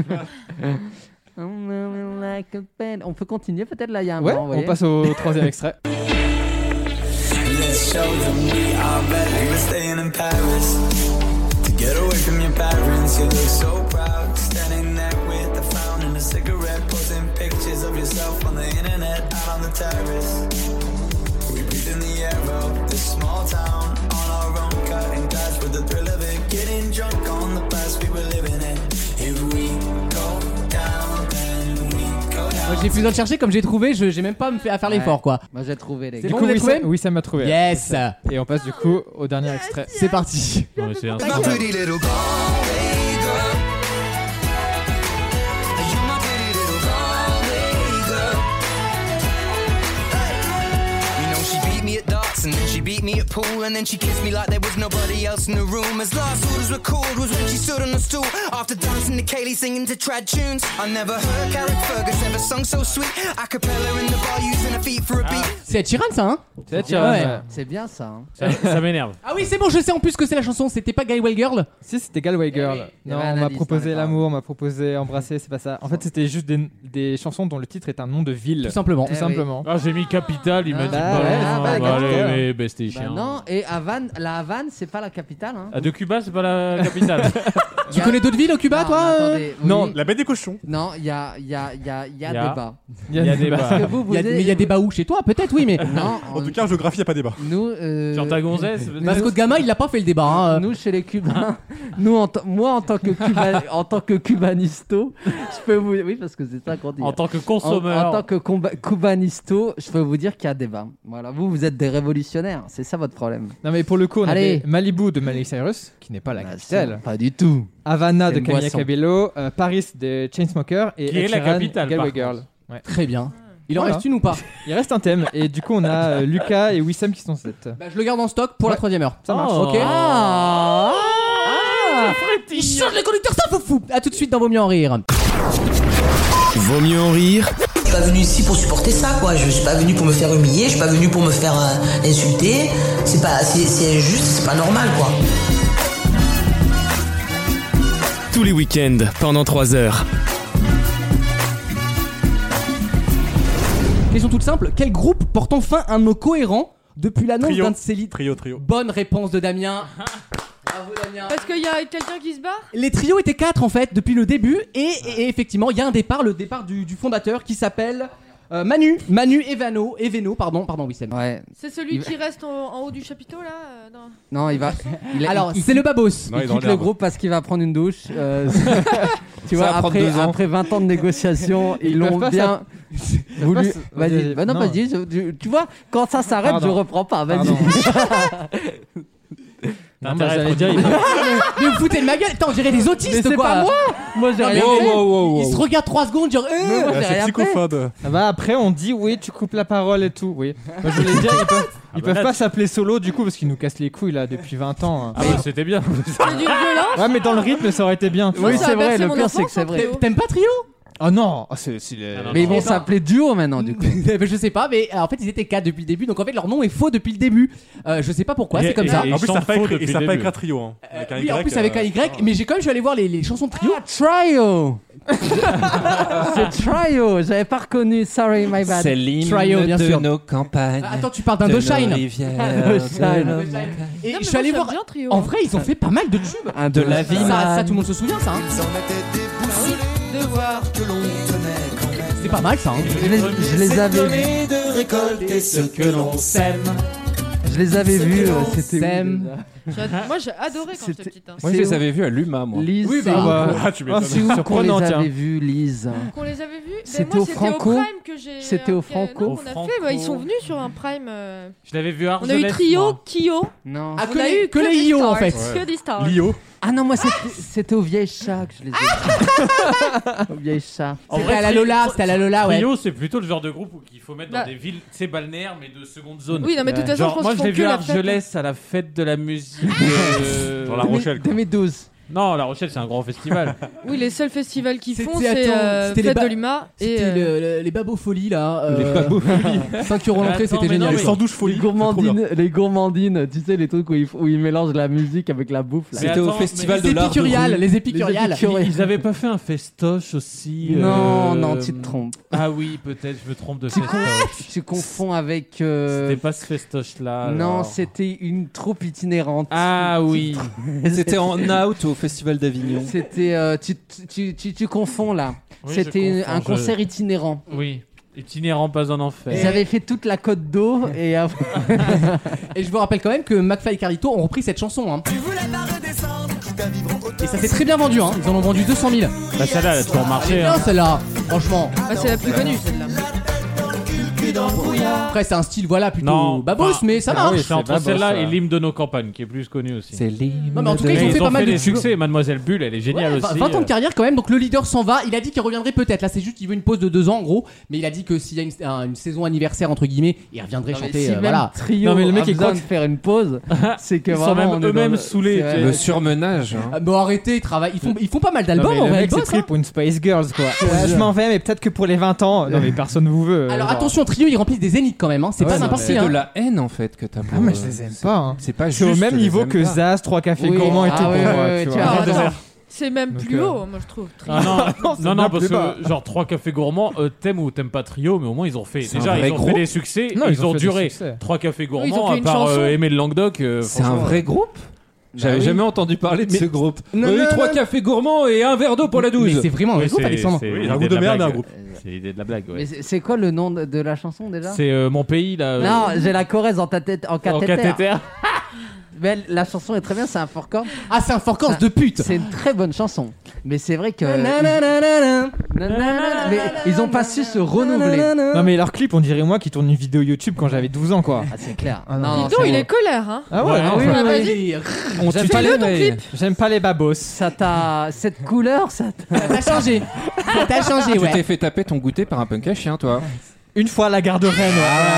I'm moving like a pen. On peut continuer peut-être là, il y a un Ouais, blanc, vous on voyez. passe au troisième extrait. Let's show them we are better. We're staying in Paris to get away from your parents. You look so proud, standing there with a frown and a cigarette, posting pictures of yourself on the internet, out on the terrace. We breathe in the air of this small town on our own, cutting glass with the thrill of it, getting drunk on the past we were living in. If we go down, then we go down. Moi, j'ai plus besoin de chercher comme j'ai trouvé, je- j'ai même pas me fait à faire l'effort quoi. Moi j'ai trouvé les C'est gars. bon, Du coup, vous avez Wissam, trouvé Wissam m'a trouvé. Yes. Et on passe du coup au dernier extrait. C'est parti. Non, mais c'est un My pretty little Galway girl. You're my pretty little Galway girl. You know she beat me at darts and then she beat me at pool and then she kissed me like there was nobody else in the room. As last orders were called was when she stood on the stool after dancing to Kaylee singing to trad tunes. I never heard Carrick Fergus ever sung so sweet. A cappella in the bar using her feet for a beat. C'est Ed Sheeran ça, hein. C'est Tirana. Ouais. C'est bien ça. Hein. Ça, ça m'énerve. Ah oui, c'est bon, je sais en plus que c'est la chanson. C'était pas Galway Girl. Si, c'était Galway Girl. Il y Non, avait un on m'a indice proposé dans les l'amour, on m'a proposé embrasser, c'est pas ça. En fait, c'était juste des, des chansons dont le titre est un nom de ville. Tout simplement. Tout Eh simplement. Ah, j'ai mis Capital, il m'a Ah, dit bah pas ouais, loin. c'est pas la Bah, capitale. allez, mais bah, c'était Bah chiant. non, et Havane, la Havane, c'est pas la capitale. Hein. Ah, de Cuba, c'est pas la capitale. Tu connais d'autres villes au Cuba, Non, toi mais euh attendez, oui. Non, La baie des cochons. Non, il y a, il y a, il y a, il y a Il y a- débat. Il y a, Il y a des des bas. Parce que vous, vous Il y a- êtes- Mais il y a des baous chez toi, peut-être, oui, mais. Non, En on- tout cas, en géographie, il n'y a pas débat. nous. euh, Sur ta gonzesse. Vasco de Gama, il l'a pas fait le débat. Hein. Nous chez les Cubains, nous en t- moi en tant que Cuba, en tant que cubanisto, je peux vous oui parce que c'est ça qu'on dit. En tant que En, consommeur. en tant que comba- cubanisto, je peux vous dire qu'il y a débat. Voilà, vous vous êtes des révolutionnaires, c'est ça votre problème. Non, mais pour le coup, on Allez. avait Malibu de Miley Cyrus, qui n'est pas la Ah, capitale. c'est- Pas du tout. Havana C'est de une Camila boisson. Cabello, euh, Paris de Chainsmokers et Qui est Ed la Sheeran, capitale, Galway par Girl. contre. Ouais. Très bien. Il en Voilà. reste une ou pas? Il reste un thème et du coup on a euh, Lucas et Wissam qui sont sept. Bah, je le garde en stock pour la Ouais. troisième heure. Ça marche. Oh. Ok. Ah, Il change les conducteurs, ça faut fou. A tout de suite dans Vaut mieux en rire. Vaut mieux en rire Je suis pas venu ici pour supporter ça, quoi. Je suis pas venu pour me faire humilier, je suis pas venu pour me faire euh, insulter. C'est pas, c'est, c'est injuste, c'est pas normal, quoi. tous les week-ends pendant trois heures. Question toute simple. Quel groupe porte enfin un nom cohérent depuis l'annonce Trio. d'un de ses leaders? Trio, trio. Bonne réponse de Damien. Bravo Damien. Parce qu'il y a quelqu'un qui se barre. Les trios étaient quatre en fait depuis le début et, et effectivement il y a un départ, le départ du, du fondateur qui s'appelle euh, Manu, Manu Evano, Eveno, pardon, pardon Wissem. Ouais. C'est celui Il- qui reste en, en haut du chapiteau là euh, non. Non, il va. il- Alors il- c'est le babos. Non, il il est dans quitte le l'herbe. groupe parce qu'il va prendre une douche. euh, tu vois, va prendre après, deux ans. après vingt ans de négociations, ils Ils peuvent l'ont pas bien voulu. peuvent pas- Vas-y, vas-y, bah non, non. vas-y. je- tu, tu vois, quand ça s'arrête, Pardon. je reprends pas. Vas-y. Pardon. Non, bah, j'allais dire, il- Mais vous foutez de ma gueule, attends, on dirait des autistes Mais c'est quoi. pas moi. Moi, j'ai Non, mais rien Wow, fait. wow, wow, wow. Ils se regardent trois secondes, genre euh, Mais moi, Ah, j'ai c'est rien fait. psychophobe. Ah bah après on dit oui tu coupes la parole et tout oui. Moi, je voulais dire ils peuvent, ils bah peuvent là, pas tu- s'appeler solo du coup parce qu'ils nous cassent les couilles là depuis vingt ans. hein. Ah bah c'était bien. C'est d'une violence. Ouais mais dans le rythme ça aurait été bien. tu Oui, vois. Ça a c'est vrai. bercé Le mon pire, c'est que enfance, c'est hein, vrai. Théo. T'aimes pas Trio? Oh non, oh, c'est, c'est les- Ah non, Mais ils vont non. s'appeler duo maintenant du coup. Je sais pas, mais euh, en fait ils étaient quatre depuis le début, donc en fait leur nom est faux depuis le début. Euh, je sais pas pourquoi, Et- c'est comme et- ça. et- En plus, ils ça sont pas faux écrit, depuis et le ça pas début. écrit un trio. Hein. Avec un Oui, en Y, plus avec un euh, Y, mais j'ai quand même je suis allé voir les, les chansons de trio. Ah, Trio. C'est Trio. J'avais pas reconnu. Sorry, my bad. C'est l'hymne Trio, bien de sûr. nos campagnes. Ah, attends, tu parles d'un de nos Indochine. rivières, Indochine. de nos Et Non, mais je suis moi, allé j'aime voir. bien Trio. En vrai, ils ont fait pas mal de tubes. Un de la vie, Ça, ça, man. tout le monde se souvient, ça. Hein. Ils en étaient déboussolés de voir que l'on tenait quand même. C'est pas mal, ça. Hein. Je les, je les avais vus. Donner de récolter ce que l'on sème. Je les avais vus. euh, C'était où, S'aime. déjà J'ai- Moi, j'ai adoré quand j'étais C'était- petite. hein. Moi, je C'est les où avais vus à l'Uma, moi. Lise. Oui, c'est bah, où bah, qu'on- Ah, tu m'étonnes. c'est où qu'on les Surprenant, tiens. avait vus, Lise. Qu'on les avait vus. Ben, C'était moi, au Franco. Prime que j'ai. C'était au euh, Franco. non, Au on a Franco. fait. Bah, ils sont venus sur un Prime. euh, Je l'avais vu à On a eu Argelès, Trio, moi. Kyo. Non. Ah, On que a les, eu que les des I O en stars. fait. Que des stars. Lio. Ah non, moi c'était c'était au vieil chat que je les ai vus. Au vieil chat. En C'était vrai, à la Trio- Lola, c'était à la Lola, ouais. Trio, c'est plutôt le genre de groupe qu'il faut mettre Bah. dans des villes, c'est balnéaires, mais de seconde zone. Oui, non, mais de toute façon, Genre, je pense moi, qu'ils je font l'ai que vu à la fête. Argelès à la fête de la musique. euh, Dans La Rochelle, quoi. deux mille douze. Non, La Rochelle, c'est un grand festival. Oui, les seuls festivals qu'ils font, C'était- c'est attends, euh, c'était les Fête ba- de Lima et. C'était euh, le- le- les babos folies là. euh, Les babos cinq euros l'entrée, Attends, c'était mais non, génial. mais- quoi. Sans douche folie. Les c'est trop bien. gourmandines, les gourmandines, tu sais les trucs où ils, où ils mélangent la musique avec la bouffe. Là. Mais C'était au attends, festival Les de l'art de épicuriales, rue. les épicuriales. Les épicuriales. Ils avaient pas fait un festoche aussi Non, euh, non, tu te trompes. Ah oui, peut-être, je me trompe de Tu, festoche. con- tu confonds avec. euh, C'était pas ce festoche-là. Non, alors. c'était une troupe itinérante. Ah oui. C'était en out au Festival d'Avignon. C'était. euh, tu, tu, tu, tu confonds là. Oui, C'était je confonds, un je- concert itinérant. Oui. Itinérant pas en enfer. Ils avaient fait toute la côte d'eau et après. Et je vous rappelle quand même que McFly et Carlito ont repris cette chanson. Hein. Et ça s'est très bien vendu. Hein. Ils en ont vendu deux cent mille. Bah celle-là, elle a toujours marché. Elle est hein. bien celle-là, franchement. bah, c'est la plus connue celle-là. Après, c'est un style voilà plutôt Non, babos, enfin, mais ça ah marche. oui, c'est entre babos, celle-là ça. et l'hymne de nos campagnes qui est plus connu aussi. C'est l'hymne. Non, mais en tout cas, Mais ils ont fait pas mal de des tubes. succès. Mademoiselle Bulle, elle est géniale Ouais, aussi. vingt ans de euh. carrière quand même, donc le leader s'en va. Il a dit qu'il reviendrait peut-être. Là, c'est juste qu'il veut une pause de deux ans en gros. Mais il a dit que s'il y a une, un- une saison anniversaire entre guillemets, il reviendrait Non, mais chanter. si euh, même voilà. Trio Non, mais le mec, a il besoin croit de faire une pause, c'est que Ils sont vraiment même on est dans eux-mêmes le- saoulés, c'est tu vrai. Le surmenage. hein. Ah, bon, arrêtez, ils travaillent. Ils font, ils font pas mal d'albums Non, mais en le vrai. mec ils s'est bossent, pris hein. pour une Spice Girls quoi. Ouais, je m'en vais, mais peut-être que pour les vingt ans. Non, mais personne vous veut. Alors genre. attention, Trio, ils remplissent des zéniths quand même. Hein. C'est Ouais, pas non, n'importe C'est qui. de Hein. la haine en fait que t'as pour. Ah, mais je euh, les aime pas. Hein. C'est pas Je suis au juste, même je les niveau aime que pas. Zaz, trois cafés Oui, gourmands et ah tout ouais, pour moi. ouais, tu tu vois. as Ah, raison. attends, c'est même Donc, plus euh, haut, moi je trouve. Ah non, non, ça non, me parce plaît pas. que genre trois cafés gourmands, euh, t'aimes ou t'aimes pas Trio, mais au moins ils ont fait. C'est Déjà, un vrai ils ont groupe. fait des succès, Non, ils, ils ont ont fait des duré. succès. Trois cafés ils ont gourmands, fait à une part chanson. euh, Aimer le Languedoc. euh, C'est un franchement, vrai groupe. J'avais oui. jamais entendu parler de Mais- ce groupe. Non, Euh, non, trois non. cafés gourmands et un verre d'eau pour la Mais douze. c'est vraiment un Oui, groupe, c'est- Alexandre. c'est Oui, l'idée un groupe de de la merde, blague. un groupe. C'est l'idée de la blague, ouais. Mais c'est c'est quoi le nom de, de la chanson déjà C'est euh, mon pays là. Non, j'ai la Corrèze en, tête, en en cathéter. cathéter. Mais la chanson est très bien, c'est un four chord. Ah, c'est un four chords de pute. C'est une très bonne chanson. Mais c'est vrai que. Nananana. Nanana, Mais ils ont pas su se renouveler. Non, mais leur clip, on dirait moi qui tourne une vidéo YouTube quand j'avais douze ans quoi. Ah, c'est clair. Ah, non. Non, Dis donc, c'est il bon. est colère, hein. Ah ouais, Ouais, non, oui, enfin, oui, vas-y. oui. on Fais-le, tue pas les ton mais clip. j'aime pas les babos. Ça t'a. Cette couleur, ça t'a. Ça t'a changé. Ça t'a changé, Tu ouais. t'es fait taper ton goûter par un punk à chien, toi. Une fois la gare de Rennes.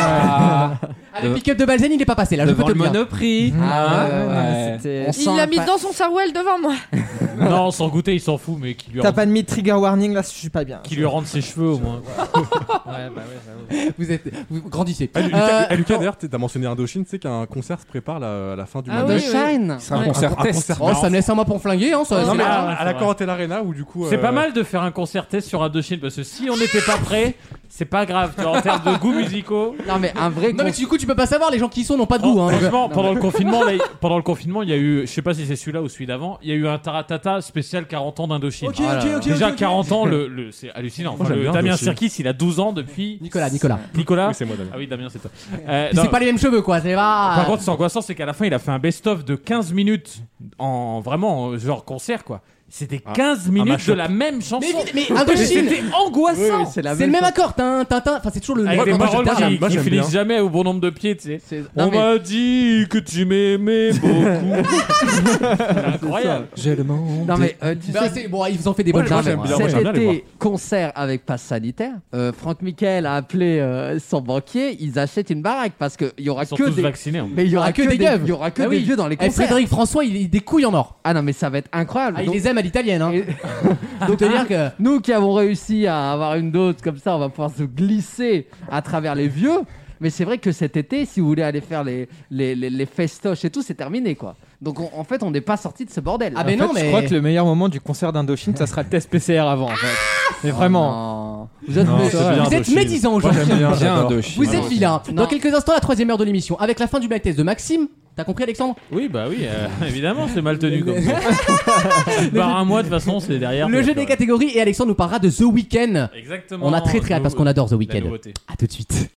Ah, Ah, le pick-up de Balzen, il est pas passé là, je peux devant te le le dire. Monoprix. Ah, ouais, ouais, ouais. C'était- On Il sent l'a un mis pa- dans son sarouel devant moi. Non, sans goûter, il s'en fout, mais qui lui, T'as rend... pas de mis trigger warning là, je suis pas bien. qui lui rende ses cheveux au moins. Ouais, bah ouais, j'avoue. Vous êtes, vous grandissez. Ah, Lucas, Euh, ah, Lucas, d'ailleurs, t'as mentionné Indochine, tu sais qu'un concert se prépare là, à la fin du Ah mois oui, de The mai. Shine. Ce sera un Ouais. concert Un test. concert. Oh, ça me laisse un mois pour flinguer, hein. Ça, Non, c'est mais- pas- Ah, à c'est la vrai. Corotel Arena où du coup. C'est euh, pas mal de faire un concert test sur Indochine parce que si on n'était pas prêt, c'est pas grave. Tu vois, en termes de goûts musicaux. Non, mais un vrai Non, mais con- du coup, tu peux pas savoir, les gens qui y sont n'ont pas de goût. Hein, donc, Franchement, pendant le confinement, là, pendant le confinement, il y a eu, je sais pas si c'est celui-là ou celui d'avant, il y a eu un taratata spécial quarante ans d'Indochine. Ok, ok, ok. Déjà ok, ok. quarante ans, le, le- c'est hallucinant. Enfin, Moi, j'aime le bien Damien Indochine. Sirkis, il a douze ans depuis. Nicolas, Nicolas. Nicolas. Oui, c'est moi, Damien. Ah oui, Damien, c'est toi. Euh, Puis non, c'est pas les mêmes cheveux, quoi. C'est pas. Par contre, c'est angoissant, c'est qu'à la fin, il a fait un best-of de quinze minutes en vraiment euh, genre concert, quoi. C'était Ah, quinze un minutes mashup. de la même chanson. Mais, mais Mais Indochine, c'était angoissant. Oui, oui, c'est la c'est le même chose. accord. Tin, tin, tin. Enfin, c'est toujours le Avec le- des moi, paroles je- qui, moi, qui j'aime finissent bien. jamais au bon nombre de pieds, tu sais. C'est- non, On mais- m'a dit que tu m'aimais beaucoup. C'est incroyable. J'ai le monde. Non, mais euh, tu Bah, sais. c'est- bon, ils ont fait des bonnes Ouais, moi, choses. j'aime bien. moi, Cet j'aime bien les voir. été, concert avec passe sanitaire. Euh, Franck Michael a appelé euh, son banquier. Ils achètent une baraque parce qu'il y aura Ils sont que tous des. vaccinés. Mais il y aura Ah, que, que des des gueules. Il y aura que Ah des oui. vieux dans les Eh, concerts. Frédéric François, il il des couilles en or. Ah non, mais ça va être incroyable. Ah, il Donc, les aime, à l'italienne. Hein. Et... Donc, te dire que. Nous qui avons réussi à avoir une dose comme ça, on va pouvoir se glisser à travers les vieux. Mais c'est vrai que cet été, si vous voulez aller faire les, les, les, les festoches et tout, c'est terminé quoi. Donc on- en fait, on n'est pas sorti de ce bordel. Ah, En mais fait, non, je mais. crois que le meilleur moment du concert d'Indochine, ça sera le test P C R avant. En fait. Mais vraiment. Non. Vous êtes, Non, mé- c'est bien Vous êtes Indochine. médisants Moi, aujourd'hui. j'aime bien, Bien j'adore. Indochine. Vous êtes vilains. Non. Dans quelques instants, la troisième heure de l'émission avec la fin du blind test de Maxime. T'as compris, Alexandre? Oui, bah oui, euh, évidemment, c'est mal tenu comme ça. Par un mois, de toute façon, c'est derrière. Le jeu des catégories et Alexandre nous parlera de The Weeknd. Exactement. On a très très hâte parce qu'on adore The La Weeknd. nouveauté. A tout de suite.